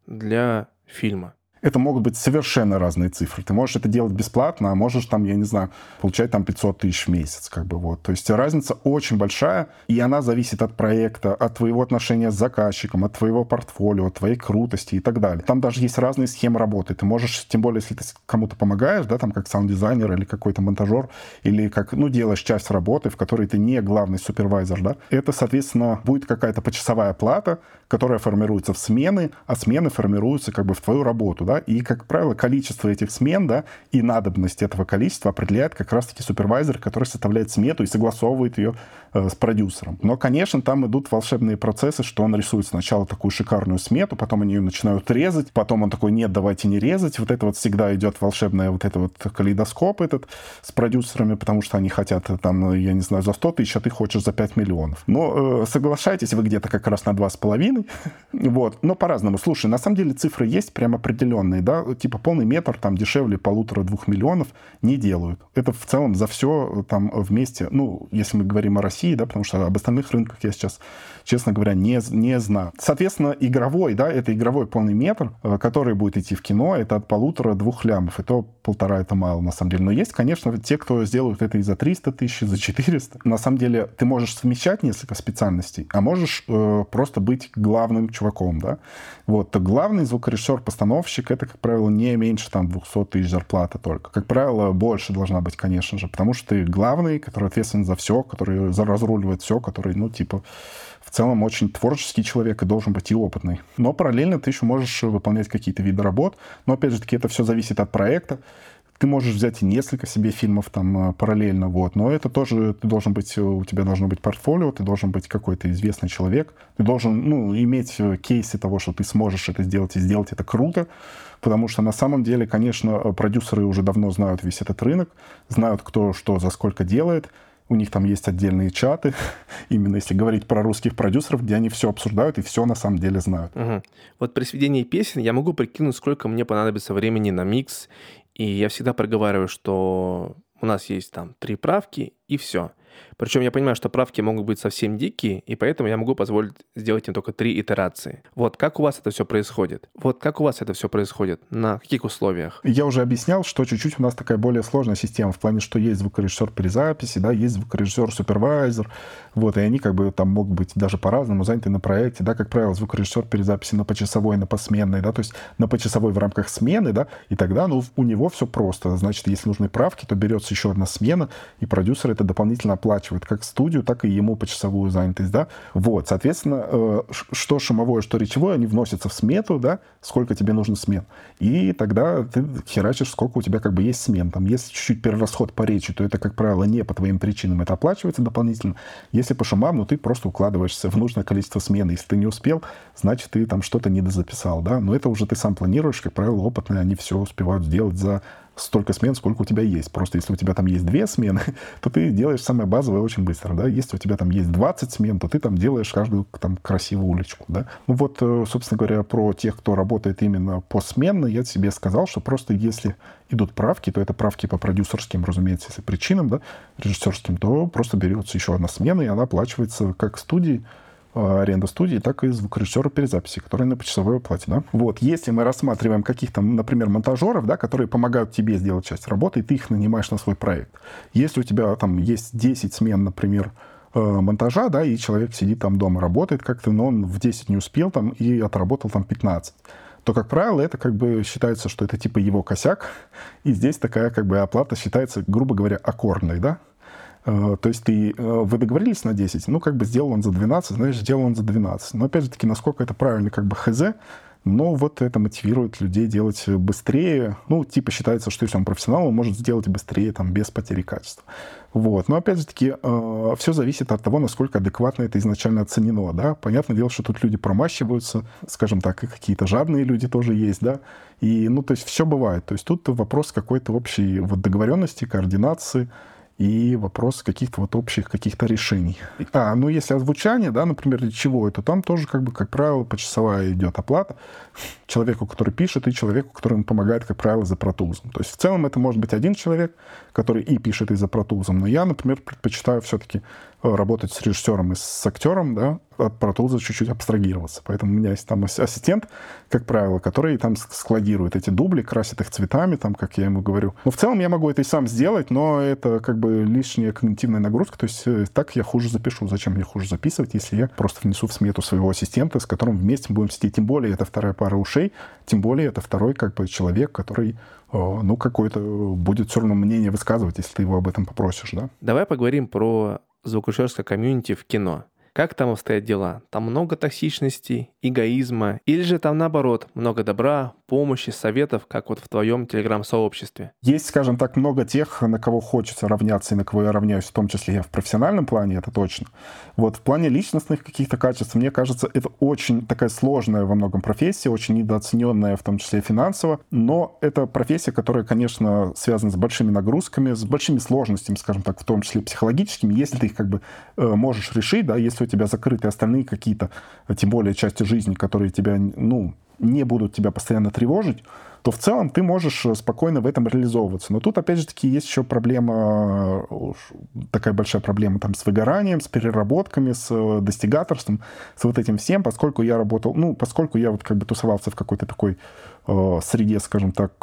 для фильма? Это могут быть совершенно разные цифры. Ты можешь это делать бесплатно, а можешь там, я не знаю, получать там пятьсот тысяч в месяц, как бы вот. То есть разница очень большая, и она зависит от проекта, от твоего отношения с заказчиком, от твоего портфолио, от твоей крутости и так далее. Там даже есть разные схемы работы. Ты можешь, тем более, если ты кому-то помогаешь, да, там как саунд-дизайнер или какой-то монтажер, или как, ну, делаешь часть работы, в которой ты не главный супервайзер, да, это, соответственно, будет какая-то почасовая плата, которая формируется в смены, а смены формируются как бы в твою работу, да, и, как правило, количество этих смен, да, и надобность этого количества определяет как раз-таки супервайзер, который составляет смету и согласовывает ее э, с продюсером. Но, конечно, там идут волшебные процессы, что он рисует сначала такую шикарную смету, потом они ее начинают резать, потом он такой, нет, давайте не резать, вот это вот всегда идет волшебный вот это вот калейдоскоп этот с продюсерами, потому что они хотят там, я не знаю, за сто тысяч, а ты хочешь за пять миллионов. Но э, соглашайтесь вы где-то как раз на два с половиной, вот, но по-разному. Слушай, на самом деле цифры есть прям определенные, да, типа полный метр там дешевле полутора-двух миллионов не делают. Это в целом за все там вместе, ну, если мы говорим о России, да, потому что об остальных рынках я сейчас, честно говоря, не, не знаю. Соответственно, игровой, да, это игровой полный метр, который будет идти в кино, это от полутора-двух лямов, и то полтора это мало, на самом деле. Но есть, конечно, те, кто сделают это и за триста тысяч, и за четыреста. На самом деле, ты можешь совмещать несколько специальностей, а можешь э, просто быть главным чуваком, да. Вот, то главный звукорежиссер-постановщик, это, как правило, не меньше там двухсот тысяч зарплаты только. Как правило, больше должна быть, конечно же, потому что ты главный, который ответственен за все, который разруливает все, который, ну, типа, в целом очень творческий человек и должен быть и опытный. Но параллельно ты еще можешь выполнять какие-то виды работ. Но, опять же таки, это все зависит от проекта. Ты можешь взять и несколько себе фильмов там параллельно, вот. Но это тоже, ты должен быть, у тебя должно быть портфолио, ты должен быть какой-то известный человек. Ты должен, ну, иметь кейсы того, что ты сможешь это сделать и сделать это круто. Потому что на самом деле, конечно, продюсеры уже давно знают весь этот рынок, знают, кто что за сколько делает. У них там есть отдельные чаты, именно если говорить про русских продюсеров, где они все обсуждают и все на самом деле знают. Угу. Вот при сведении песен я могу прикинуть, сколько мне понадобится времени на микс, и я всегда проговариваю, что у нас есть там три правки и все. Причем я понимаю, что правки могут быть совсем дикие, и поэтому я могу позволить сделать им только три итерации. Вот как у вас это все происходит? Вот как у вас это все происходит? На каких условиях? Я уже объяснял, что чуть-чуть у нас такая более сложная система в плане, что есть звукорежиссер при записи, да, есть звукорежиссер-супервайзер, вот, и они как бы там могут быть даже по-разному заняты на проекте, да, как правило, звукорежиссер при записи на почасовой, на посменной, да, то есть на почасовой в рамках смены, да, и тогда, ну, у него все просто. Значит, если нужны правки, то берется еще одна смена, и продюсер это дополнительно оплачивает как студию, так и ему почасовую занятость, да. Вот, соответственно, что шумовое, что речевое, они вносятся в смету, да, сколько тебе нужно смен. И тогда ты херачишь, сколько у тебя как бы есть смен. Там, если чуть-чуть перерасход по речи, то это, как правило, не по твоим причинам, это оплачивается дополнительно. Если по шумам, ну, ты просто укладываешься в нужное количество смен. Если ты не успел, значит, ты там что-то недозаписал, да. Но это уже ты сам планируешь, как правило, опытные, они все успевают сделать за столько смен, сколько у тебя есть. Просто если у тебя там есть две смены, то ты делаешь самое базовое очень быстро, да. Если у тебя там есть двадцать смен, то ты там делаешь каждую там красивую уличку, да. Ну вот, собственно говоря, про тех, кто работает именно посменно, я тебе сказал, что просто если идут правки, то это правки по продюсерским, разумеется, если причинам, да, режиссерским, то просто берется еще одна смена, и она оплачивается как студии, аренда студии, так и звукорежиссера перезаписи, который на почасовой оплате, да. Вот, если мы рассматриваем каких-то, например, монтажеров, да, которые помогают тебе сделать часть работы, и ты их нанимаешь на свой проект. Если у тебя там есть десять смен, например, монтажа, да, и человек сидит там дома, работает как-то, но он в десять не успел там и отработал там пятнадцать, то, как правило, это как бы считается, что это типа его косяк, и здесь такая как бы оплата считается, грубо говоря, аккордной, да. То есть ты, вы договорились на десять, ну, как бы сделал он за двенадцать, знаешь, сделал он за двенадцать. Но, опять же таки, насколько это правильно, как бы хз, но вот это мотивирует людей делать быстрее. Ну, типа считается, что если он профессионал, он может сделать быстрее, там, без потери качества. Вот. Но, опять же таки, э, все зависит от того, насколько адекватно это изначально оценено, да. Понятное дело, что тут люди промащиваются, скажем так, и какие-то жадные люди тоже есть, да. И, ну, то есть все бывает. То есть тут вопрос какой-то общей вот договоренности, координации, и вопрос каких-то вот общих каких-то решений. А, ну если озвучание, да, например, речевое, то там тоже, как бы, как правило, почасовая идет оплата человеку, который пишет, и человеку, который ему помогает, как правило, за Pro Tools. То есть в целом это может быть один человек, который и пишет, и за Pro Tools. Но я, например, предпочитаю все-таки работать с режиссером и с актером, да, от Pro Tools чуть-чуть абстрагироваться. Поэтому у меня есть там ассистент, как правило, который там складирует эти дубли, красит их цветами, там, как я ему говорю. Но в целом я могу это и сам сделать, но это как бы лишняя когнитивная нагрузка. То есть так я хуже запишу. Зачем мне хуже записывать, если я просто внесу в смету своего ассистента, с которым вместе будем сидеть. Тем более это вторая пара ушей, тем более это второй как бы человек, который, ну, какое-то будет все равно мнение высказывать, если ты его об этом попросишь, да. Давай поговорим про звукорежиссерское комьюнити в кино. Как там обстоят дела? Там много токсичности, эгоизма? Или же там, наоборот, много добра, помощи, советов, как вот в твоем телеграм-сообществе? Есть, скажем так, много тех, на кого хочется равняться и на кого я равняюсь, в том числе я в профессиональном плане, это точно. Вот в плане личностных каких-то качеств, мне кажется, это очень такая сложная во многом профессия, очень недооцененная, в том числе финансово, но это профессия, которая, конечно, связана с большими нагрузками, с большими сложностями, скажем так, в том числе психологическими, если ты их как бы можешь решить, да, если у тебя закрыты остальные какие-то, тем более части жизни, которые тебя, ну, не будут тебя постоянно тревожить, то в целом ты можешь спокойно в этом реализовываться. Но тут, опять же таки, есть еще проблема, такая большая проблема там с выгоранием, с переработками, с достигаторством, с вот этим всем, поскольку я работал, ну, поскольку я вот как бы тусовался в какой-то такой э, среде, скажем так,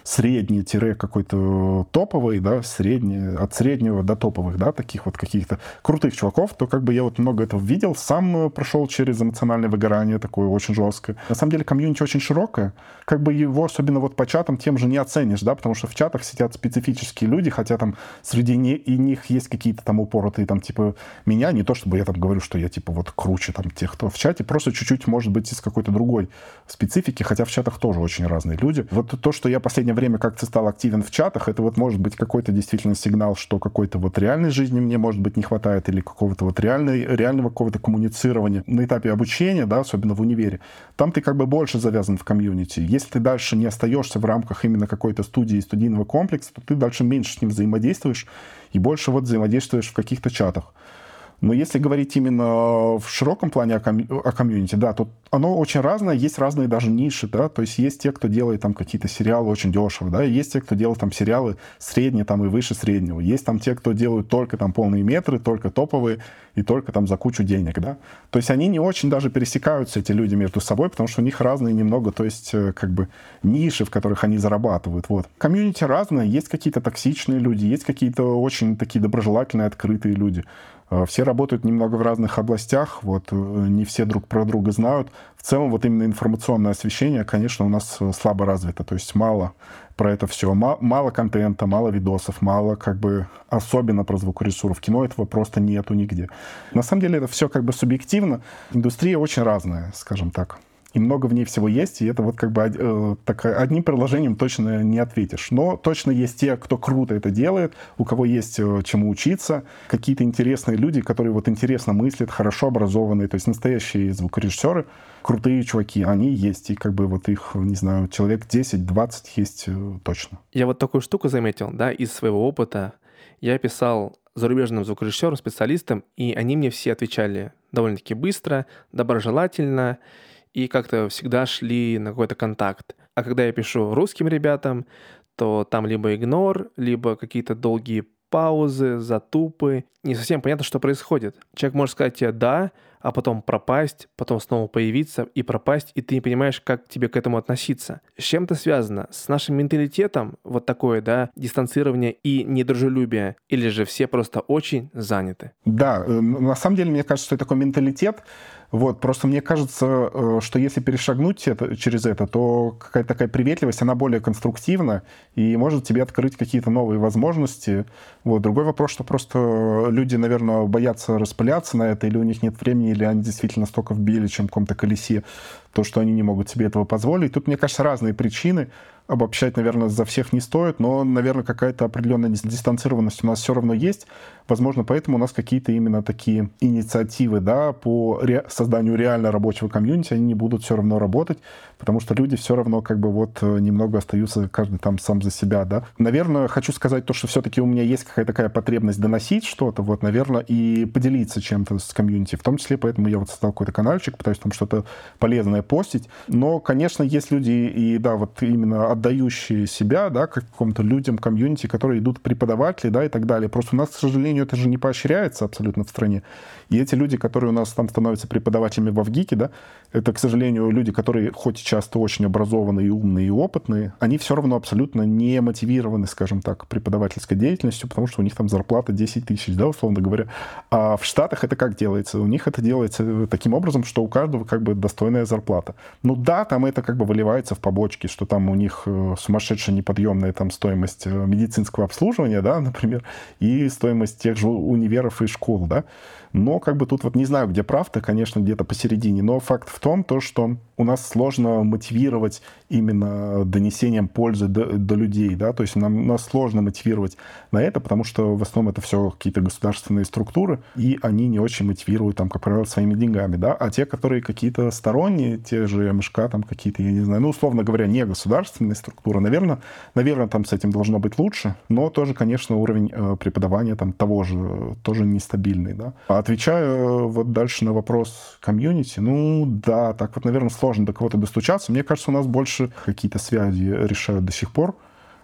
средний-какой-то топовый, да, средний, от среднего до топовых, да, таких вот каких-то крутых чуваков, то как бы я вот много этого видел, сам прошел через эмоциональное выгорание такое очень жесткое. На самом деле комьюнити очень широкое, как бы его особенно вот по чатам тем же не оценишь, да, потому что в чатах сидят специфические люди, хотя там среди не, и них есть какие-то там упоротые, там, типа, меня, не то чтобы я там говорю, что я, типа, вот круче там тех, кто в чате, просто чуть-чуть, может быть, из какой-то другой специфики, хотя в чатах тоже очень разные люди. Вот то, что я в последнее время как-то стал активен в чатах, это вот может быть какой-то действительно сигнал, что какой-то вот реальной жизни мне, может быть, не хватает, или какого-то вот реальной, реального какого-то коммуницирования на этапе обучения, да, особенно в универе. Там ты как бы больше завязан в комьюнити. Если ты дальше не остаешься в рамках именно какой-то студии, студийного комплекса, то ты дальше меньше с ним взаимодействуешь и больше вот взаимодействуешь в каких-то чатах. Но если говорить именно в широком плане о, ком- о комьюнити, да, то оно очень разное, есть разные даже ниши, да, то есть есть те, кто делает там какие-то сериалы очень дешево, да, и есть те, кто делает там сериалы средние там и выше среднего, есть там те, кто делают только там полные метры, только топовые и только там за кучу денег, да, то есть они не очень даже пересекаются, эти люди, между собой, потому что у них разные немного, то есть как бы ниши, в которых они зарабатывают, вот. Комьюнити разное, есть какие-то токсичные люди, есть какие-то очень такие доброжелательные, открытые люди. Все работают немного в разных областях, вот, не все друг про друга знают. В целом, вот именно информационное освещение, конечно, у нас слабо развито, то есть мало про это все. Мало контента, мало видосов, мало, как бы, особенно про звукорежиссуру. В кино этого просто нету нигде. На самом деле это все как бы субъективно. Индустрия очень разная, скажем так. И много в ней всего есть, и это вот как бы э, так, одним предложением точно не ответишь. Но точно есть те, кто круто это делает, у кого есть э, чему учиться, какие-то интересные люди, которые вот интересно мыслят, хорошо образованные, то есть настоящие звукорежиссеры, крутые чуваки, они есть, и как бы вот их, не знаю, человек десять-двадцать есть э, точно. Я вот такую штуку заметил, да, из своего опыта. Я писал зарубежным звукорежиссерам, специалистам, и они мне все отвечали довольно-таки быстро, доброжелательно, и как-то всегда шли на какой-то контакт. А когда я пишу русским ребятам, то там либо игнор, либо какие-то долгие паузы, затупы. Не совсем понятно, что происходит. Человек может сказать тебе «да», а потом пропасть, потом снова появиться и пропасть, и ты не понимаешь, как тебе к этому относиться. С чем это связано? С нашим менталитетом, вот такое, да, дистанцирование и недружелюбие, или же все просто очень заняты? Да, на самом деле, мне кажется, что это такой менталитет. Вот, просто мне кажется, что если перешагнуть это, через это, то какая-то такая приветливость, она более конструктивна и может тебе открыть какие-то новые возможности. Вот. Другой вопрос, что просто люди, наверное, боятся распыляться на это, или у них нет времени, или они действительно столько вбили, чем в каком-то колесе, то, что они не могут себе этого позволить. Тут, мне кажется, разные причины. Обобщать, наверное, за всех не стоит, но, наверное, какая-то определенная дистанцированность у нас все равно есть. Возможно, поэтому у нас какие-то именно такие инициативы, да, по ре- созданию реально рабочего комьюнити, они не будут все равно работать, потому что люди все равно как бы вот немного остаются каждый там сам за себя, да. Наверное, хочу сказать то, что все-таки у меня есть какая-то такая потребность доносить что-то, вот, наверное, и поделиться чем-то с комьюнити, в том числе, поэтому я вот создал какой-то каналчик, пытаюсь там что-то полезное постить. Но, конечно, есть люди и, да, вот именно отдающие себя, да, каким-то людям, комьюнити, которые идут преподаватели, да, и так далее. Просто у нас, к сожалению, это же не поощряется абсолютно в стране. И эти люди, которые у нас там становятся преподавателями в ВГИКе, да, это, к сожалению, люди, которые хоть и часто очень образованные, и умные, и опытные, они все равно абсолютно не мотивированы, скажем так, преподавательской деятельностью, потому что у них там зарплата десять тысяч, да, условно говоря. А в Штатах это как делается? У них это делается таким образом, что у каждого как бы достойная зарплата. Ну да, там это как бы выливается в побочки, что там у них сумасшедшая неподъемная там стоимость медицинского обслуживания, да, например, и стоимость тех же универов и школ, да. Но как бы тут вот не знаю, где правда, конечно, где-то посередине. Но факт в том, то, что у нас сложно мотивировать именно донесением пользы до, до людей, да, то есть нам, нас сложно мотивировать на это, потому что в основном это все какие-то государственные структуры, и они не очень мотивируют, там, как правило, своими деньгами, да, а те, которые какие-то сторонние, те же МШК, там какие-то, я не знаю, ну, условно говоря, не государственные структуры, наверное, наверное, там с этим должно быть лучше, но тоже, конечно, уровень э, преподавания там того же, тоже нестабильный, да. Отвечаю вот дальше на вопрос комьюнити, ну, да, так вот, наверное, сложно до кого-то достучаться. Мне кажется, у нас больше какие-то связи решают до сих пор,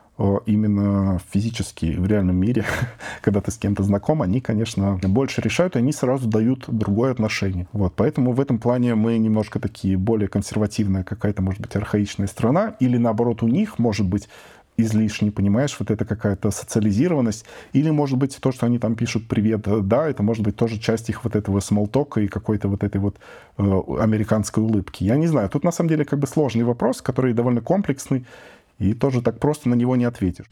именно физически, в реальном мире, когда ты с кем-то знаком, они, конечно, больше решают, и они сразу дают другое отношение. Вот, поэтому в этом плане мы немножко такие более консервативная какая-то, может быть, архаичная страна, или наоборот у них, может быть, излишне, понимаешь, вот это какая-то социализированность, или, может быть, то, что они там пишут «привет», да, это может быть тоже часть их вот этого смолтока и какой-то вот этой вот э, американской улыбки. Я не знаю, тут на самом деле как бы сложный вопрос, который довольно комплексный, и тоже так просто на него не ответишь.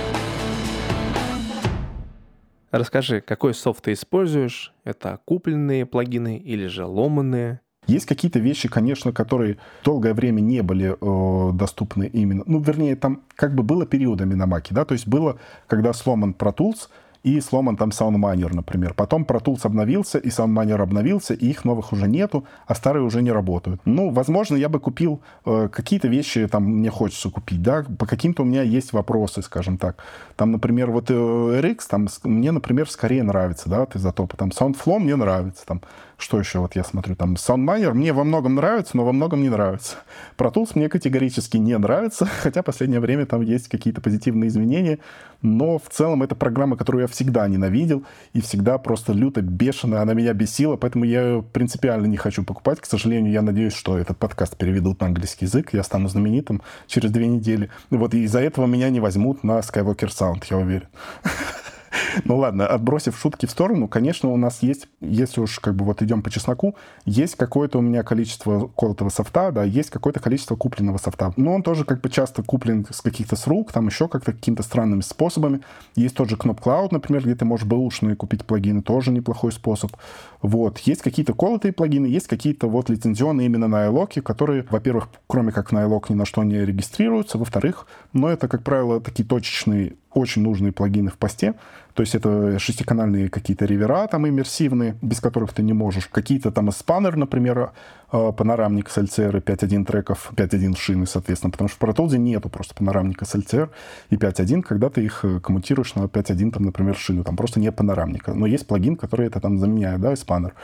Расскажи, какой софт ты используешь? Это купленные плагины или же ломаные? Есть какие-то вещи, конечно, которые долгое время не были э, доступны именно. Ну, вернее, там как бы было периодами на Маке, да, то есть было, когда сломан Pro Tools и сломан там SoundMiner, например. Потом Pro Tools обновился, и SoundMiner обновился, и их новых уже нету, а старые уже не работают. Ну, возможно, я бы купил э, какие-то вещи, там, мне хочется купить, да, по каким-то у меня есть вопросы, скажем так. Там, например, вот э, эр икс, там, мне, например, скорее нравится, да, от изотопа. Там SoundFlow мне нравится, там, что еще, вот я смотрю, там, SoundMiner мне во многом нравится, но во многом не нравится. Pro Tools мне категорически не нравится, хотя в последнее время там есть какие-то позитивные изменения, но в целом это программа, которую я всегда ненавидел и всегда просто люто бешеная, она меня бесила, поэтому я ее принципиально не хочу покупать. К сожалению, я надеюсь, что этот подкаст переведут на английский язык, я стану знаменитым через две недели. Вот и из-за этого меня не возьмут на Skywalker Sound, я уверен. Ну ладно, отбросив шутки в сторону, конечно, у нас есть, если уж как бы вот идем по чесноку, есть какое-то у меня количество колотого софта, да, есть какое-то количество купленного софта. Но он тоже как бы часто куплен с каких-то с рук, там еще как-то какими-то странными способами. Есть тот же Knopcloud, например, где ты можешь бэушные купить плагины, тоже неплохой способ. Вот. Есть какие-то колотые плагины, есть какие-то вот лицензионные именно на iLok, которые, во-первых, кроме как на iLok, ни на что не регистрируются, во-вторых, но это, как правило, такие точечные, очень нужные плагины в посте. То есть это шестиканальные какие-то ревера там иммерсивные, без которых ты не можешь. Какие-то там спаннер, например, панорамник с эл си эр и пять точка один треков, пять точка один шины, соответственно, потому что в Pro Tools нету просто панорамника с эл си эр и пять точка один, когда ты их коммутируешь на пять точка один, там, например, шину. Там просто нет панорамника. Но есть плагин, который это там заменяет, да, спаннер.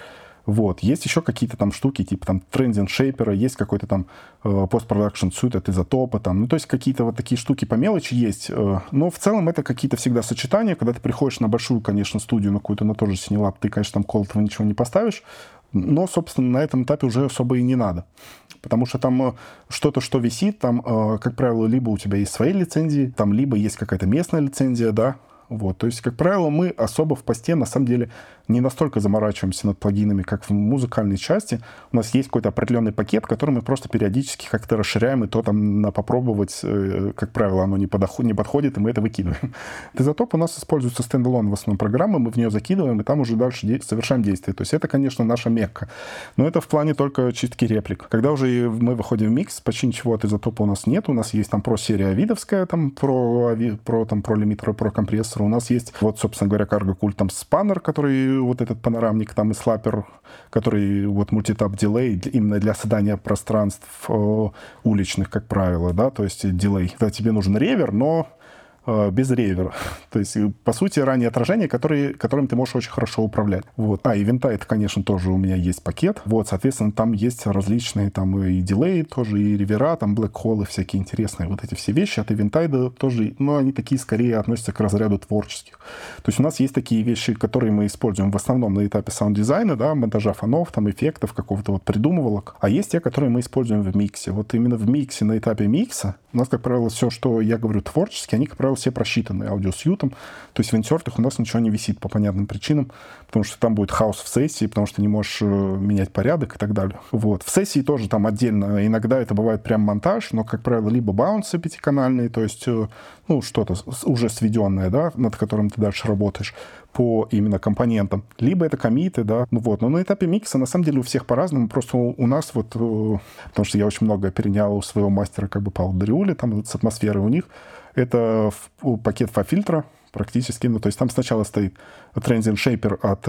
Вот. Есть еще какие-то там штуки, типа там трендинг шейпера, есть какой-то там пост-продакшн сьют от изотопа, там, ну, то есть какие-то вот такие штуки по мелочи есть. Э, но в целом это какие-то всегда сочетания, когда ты приходишь на большую, конечно, студию, на какую-то, на тоже Cinelab, ты, конечно, там колотого ничего не поставишь, но, собственно, на этом этапе уже особо и не надо. Потому что там э, что-то, что висит, там, э, как правило, либо у тебя есть свои лицензии, там, либо есть какая-то местная лицензия, да, вот, то есть, как правило, мы особо в посте, на самом деле, не настолько заморачиваемся над плагинами, как в музыкальной части. У нас есть какой-то определенный пакет, который мы просто периодически как-то расширяем, и то там на попробовать, как правило, оно не, подоход, не подходит, и мы это выкидываем. Изотоп у нас используется стендалон в основном программы, мы в нее закидываем, и там уже дальше де- совершаем действие. То есть это, конечно, наша мекка. Но это в плане только чистки реплик. Когда уже мы выходим в микс, почти ничего от изотопа у нас нет. У нас есть там про серия авидовская, там про, про, там, про лимитер, про компрессор. У нас есть, вот, собственно говоря, Cargo Cult, там спаннер, который вот этот панорамник, там и слаппер, который вот мультитап дилей именно для создания пространств э, уличных, как правило, да, то есть дилей. Когда тебе нужен ревер, но э, без ревера. То есть, по сути, ранние отражения, которые, которым ты можешь очень хорошо управлять. Вот. А, и винта, это, конечно, тоже у меня есть пакет. Вот, соответственно, там есть различные там и дилей тоже, и ревера, там блэк-холлы, всякие интересные вот эти все вещи. От Eventide тоже, ну, они такие скорее относятся к разряду творческих. То есть у нас есть такие вещи, которые мы используем в основном на этапе саунд-дизайна, да, монтажа фонов, там, эффектов, какого-то вот придумывалок. А есть те, которые мы используем в миксе. Вот именно в миксе, на этапе микса, у нас, как правило, все, что я говорю творчески, они, как правило, все просчитаны аудиосьютом. То есть в инсертах у нас ничего не висит по понятным причинам, потому что там будет хаос в сессии, потому что ты не можешь менять порядок и так далее. Вот. В сессии тоже там отдельно. Иногда это бывает прям монтаж, но, как правило, либо баунсы пятиканальные, то есть, ну, что-то уже сведенное, да, над которым ты дальше работаешь по именно компонентам, либо это коммиты, да, ну вот. Но на этапе микса, на самом деле, у всех по-разному, просто у, у нас вот, потому что я очень много перенял у своего мастера, как бы, Паула Дариули, там, с атмосферы у них, это пакет фа-фильтра практически, ну, то есть там сначала стоит Transient Shaper от,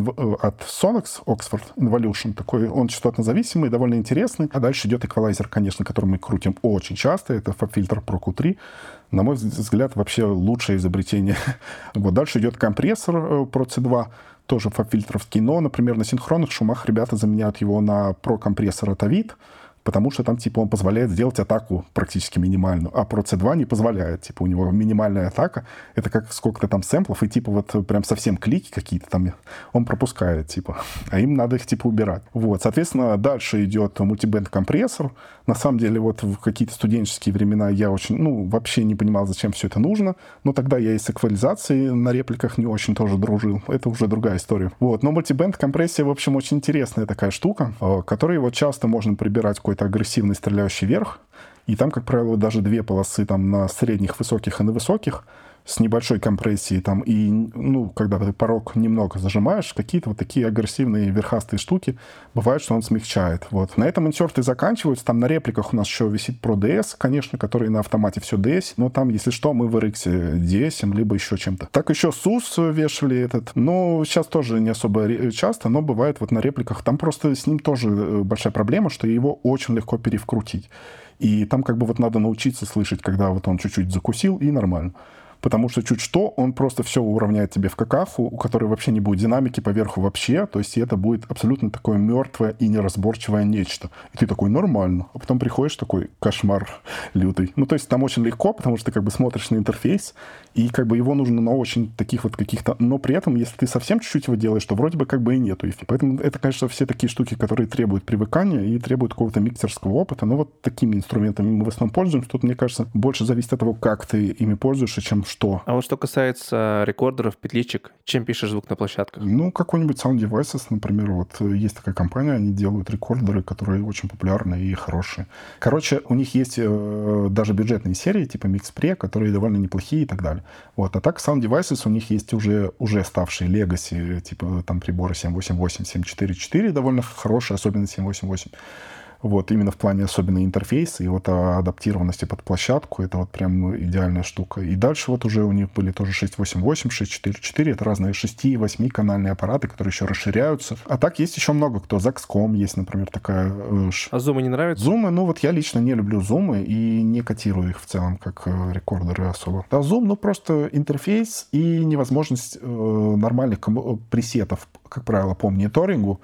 от Sonox Oxford Involution, такой, он частотно-зависимый, довольно интересный, а дальше идет эквалайзер, конечно, который мы крутим очень часто, это фа-фильтр Pro кью три, на мой взгляд, вообще лучшее изобретение. Вот, дальше идет компрессор Pro си два, тоже фа-фильтровский, но, например, на синхронных шумах ребята заменяют его на Pro компрессор от Avid, потому что там, типа, он позволяет сделать атаку практически минимальную, а Pro си два не позволяет. Типа, у него минимальная атака, это как сколько-то там сэмплов, и, типа, вот прям совсем клики какие-то там он пропускает, типа, а им надо их, типа, убирать. Вот, соответственно, дальше идет мультибенд компрессор. На самом деле, вот в какие-то студенческие времена я очень, ну, вообще не понимал, зачем все это нужно, но тогда я и с эквализацией на репликах не очень тоже дружил. Это уже другая история. Вот, но мультибенд компрессия, в общем, очень интересная такая штука, которой вот часто можно прибирать какой-то агрессивный стреляющий вверх, и там, как правило, даже две полосы там на средних, высоких и на высоких, с небольшой компрессией там, и, ну, когда ты порог немного зажимаешь, какие-то вот такие агрессивные верхастые штуки, бывает, что он смягчает. Вот. На этом инсерты заканчиваются, там на репликах у нас еще висит Pro ди эс, конечно, который на автомате все ди эс, но там, если что, мы в эр икс ди эс, либо еще чем-то. Так еще сус вешали этот, но сейчас тоже не особо часто, но бывает вот на репликах, там просто с ним тоже большая проблема, что его очень легко перевкрутить. И там как бы вот надо научиться слышать, когда вот он чуть-чуть закусил, и нормально. Потому что чуть что, он просто все уравняет тебе в какаху, у которой вообще не будет динамики поверху вообще, то есть это будет абсолютно такое мертвое и неразборчивое нечто. И ты такой, нормально. А потом приходишь такой, кошмар лютый. Ну, то есть там очень легко, потому что ты как бы смотришь на интерфейс, и как бы его нужно на очень таких вот каких-то... Но при этом, если ты совсем чуть-чуть его делаешь, то вроде бы как бы и нету эффекта. Поэтому это, конечно, все такие штуки, которые требуют привыкания и требуют какого-то миксерского опыта. Но вот такими инструментами мы в основном пользуемся. Тут, мне кажется, больше зависит от того, как ты ими пользуешься, чем что. А вот что касается рекордеров, петличек, чем пишешь звук на площадках? Ну, какой-нибудь Sound Devices, например, вот есть такая компания, они делают рекордеры, которые очень популярны и хорошие. Короче, у них есть э, даже бюджетные серии, типа Mix Pre, которые довольно неплохие и так далее. Вот. А так Sound Devices у них есть уже, уже ставшие Legacy, типа там приборы семь восемь восемь, семь четыре четыре, довольно хорошие, особенно семь восемь восемь. Вот, именно в плане особенно интерфейса и вот адаптированности под площадку, это вот прям идеальная штука. И дальше вот уже у них были тоже шесть восемь восемь, шесть четыре четыре, это разные шесть- и восьмиканальные аппараты, которые еще расширяются. А так есть еще много кто. Zaxcom есть, например, такая... Э, ш... А зумы не нравятся? Зумы, ну вот я лично не люблю зумы и не котирую их в целом как э, рекордеры особо. А зум, ну просто интерфейс и невозможность э, нормальных ком- пресетов, как правило, по мониторингу.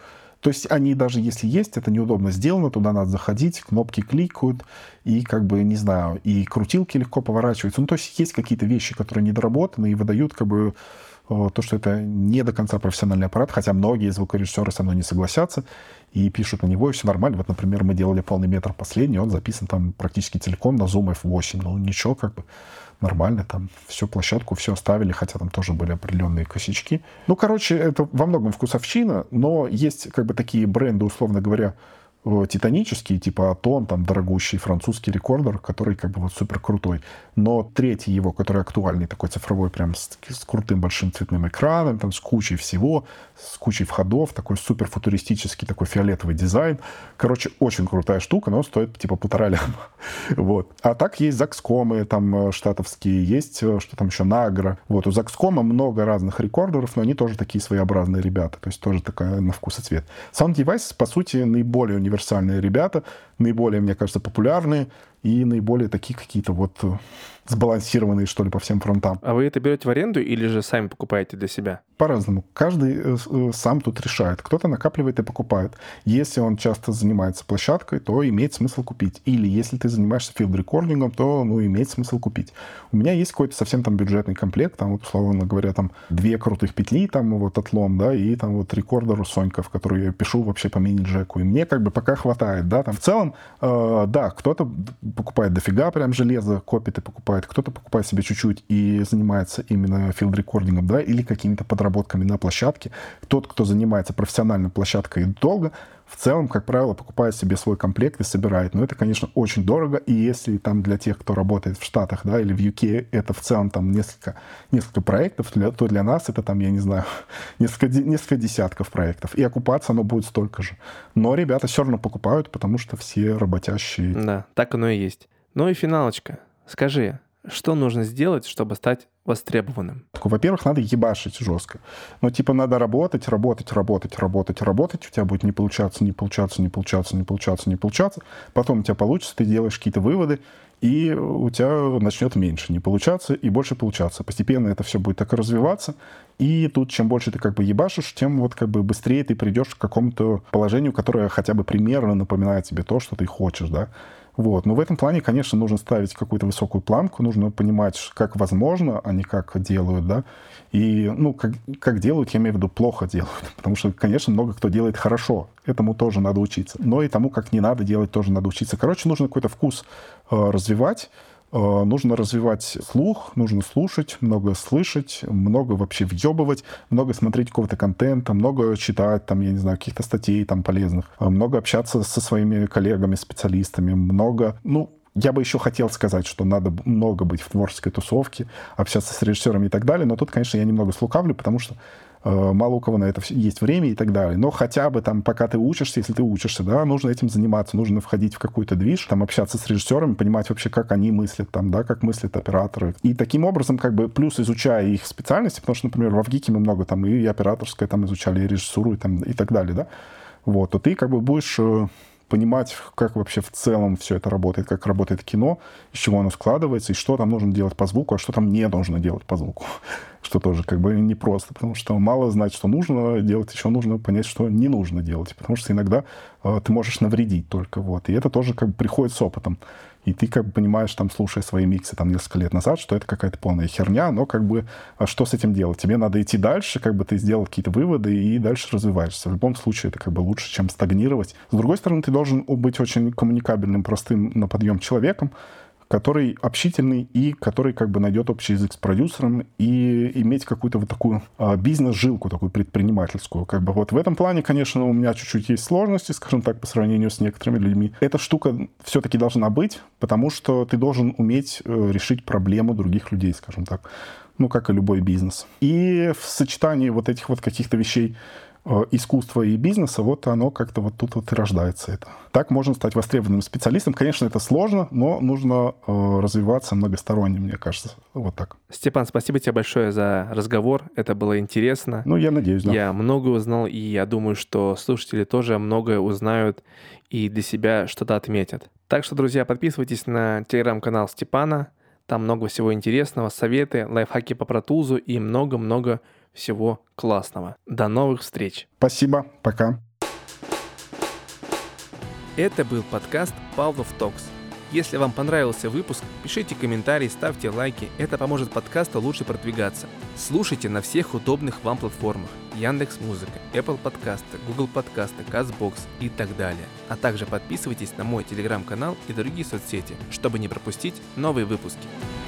То есть они даже если есть, это неудобно сделано, туда надо заходить, кнопки кликают, и как бы, не знаю, и крутилки легко поворачиваются. Ну, то есть есть какие-то вещи, которые недоработаны и выдают как бы то, что это не до конца профессиональный аппарат, хотя многие звукорежиссеры со мной не согласятся и пишут на него, и все нормально. Вот, например, мы делали полный метр последний, он записан там практически целиком на Zoom эф восемь. Ну, ничего, как бы нормально, там всю площадку, все оставили, хотя там тоже были определенные косячки. Ну, короче, это во многом вкусовщина, но есть как бы такие бренды, условно говоря, титанический, типа Атон, там, дорогущий французский рекордер, который как бы вот супер крутой. Но третий его, который актуальный, такой цифровой, прям с, с крутым большим цветным экраном, там, с кучей всего, с кучей входов, такой супер футуристический, такой фиолетовый дизайн. Короче, очень крутая штука, но стоит типа полтора ляма. Вот. А так есть Закскомы, там, штатовские, есть, что там еще, Награ. Вот. У Закскома много разных рекордеров, но они тоже такие своеобразные ребята, то есть тоже такая на вкус и цвет. Sound Devices, по сути, наиболее универсальные универсальные ребята, наиболее, мне кажется, популярные и наиболее такие какие-то вот сбалансированные, что ли, по всем фронтам. А вы это берете в аренду или же сами покупаете для себя? По-разному. Каждый э, сам тут решает. Кто-то накапливает и покупает. Если он часто занимается площадкой, то имеет смысл купить. Или если ты занимаешься филд-рекордингом, то, ну, имеет смысл купить. У меня есть какой-то совсем там бюджетный комплект, там, вот, условно говоря, там, две крутых петли, там, вот, отлом, да, и там вот рекордер Сонька, в который я пишу вообще по мини-джеку. И мне как бы пока хватает, да, там, в целом, э, да, кто-то покупает дофига прям железо, копит и покупает, кто-то покупает себе чуть-чуть и занимается именно филд-рекордингом, да, или какими-то подработками на площадке. Тот, кто занимается профессиональной площадкой долго, в целом, как правило, покупает себе свой комплект и собирает. Но это, конечно, очень дорого, и если там для тех, кто работает в Штатах, да, или в ю кей, это в целом там несколько, несколько проектов, для, то для нас это там, я не знаю, несколько, несколько десятков проектов. И окупаться оно будет столько же. Но ребята все равно покупают, потому что все работящие. Да, так оно и есть. Ну и финалочка. Скажи, что нужно сделать, чтобы стать востребованным? Во-первых, надо ебашить жестко. Ну, типа, надо работать, работать, работать, работать, работать. У тебя будет не получаться, не получаться, не получаться, не получаться, не получаться. Потом у тебя получится, ты делаешь какие-то выводы, и у тебя начнет меньше не получаться и больше получаться. Постепенно это все будет так и развиваться. И тут, чем больше ты как бы ебашишь, тем вот как бы быстрее ты придешь к какому-то положению, которое хотя бы примерно напоминает тебе то, что ты хочешь, да. Вот. Но в этом плане, конечно, нужно ставить какую-то высокую планку, нужно понимать, как возможно, а не как делают, да. И, ну, как, как делают, я имею в виду, плохо делают. Потому что, конечно, много кто делает хорошо. Этому тоже надо учиться. Но и тому, как не надо делать, тоже надо учиться. Короче, нужно какой-то вкус э, развивать. Э, нужно развивать слух, нужно слушать, много слышать, много вообще въебывать, много смотреть какого-то контента, много читать, там, я не знаю, каких-то статей там полезных, э, много общаться со своими коллегами, специалистами, много, ну, я бы еще хотел сказать, что надо много быть в творческой тусовке, общаться с режиссерами и так далее, но тут, конечно, я немного слукавлю, потому что э, мало у кого на это есть время и так далее. Но хотя бы там, пока ты учишься, если ты учишься, да, нужно этим заниматься, нужно входить в какой-то движ, там, общаться с режиссерами, понимать вообще, как они мыслят, там, да, как мыслят операторы. И таким образом, как бы, плюс изучая их специальности, потому что, например, в ВГИКе мы много там и операторское там изучали, и режиссуру, и, там, и так далее, да, вот, то ты как бы будешь понимать, как вообще в целом все это работает, как работает кино, из чего оно складывается, и что там нужно делать по звуку, а что там не нужно делать по звуку. Что тоже как бы непросто, потому что мало знать, что нужно делать, еще нужно понять, что не нужно делать, потому что иногда э, ты можешь навредить только, вот. И это тоже как бы приходит с опытом. И ты как бы понимаешь, там, слушая свои миксы там несколько лет назад, что это какая-то полная херня, но как бы а что с этим делать? Тебе надо идти дальше, как бы ты сделал какие-то выводы и дальше развиваешься. В любом случае это как бы лучше, чем стагнировать. С другой стороны, ты должен быть очень коммуникабельным, простым на подъем человеком, который общительный и который как бы найдет общий язык с продюсером и иметь какую-то вот такую а, бизнес-жилку, такую предпринимательскую. Как бы вот в этом плане, конечно, у меня чуть-чуть есть сложности, скажем так, по сравнению с некоторыми людьми. Эта штука все-таки должна быть, потому что ты должен уметь э, решить проблему других людей, скажем так. Ну, как и любой бизнес. И в сочетании вот этих вот каких-то вещей искусства и бизнеса, вот оно как-то вот тут вот и рождается это. Так можно стать востребованным специалистом. Конечно, это сложно, но нужно э, развиваться многосторонне, мне кажется. Вот так. Степан, спасибо тебе большое за разговор. Это было интересно. Ну, я надеюсь, да. Я многое узнал, и я думаю, что слушатели тоже многое узнают и для себя что-то отметят. Так что, друзья, подписывайтесь на телеграм-канал Степана. Там много всего интересного, советы, лайфхаки по Pro Tools и много-много всего классного. До новых встреч. Спасибо. Пока. Это был подкаст Pavlov Talks. Если вам понравился выпуск, пишите комментарии, ставьте лайки. Это поможет подкасту лучше продвигаться. Слушайте на всех удобных вам платформах: Яндекс.Музыка, Apple подкасты, Google подкасты, Castbox и так далее. А также подписывайтесь на мой телеграм-канал и другие соцсети, чтобы не пропустить новые выпуски.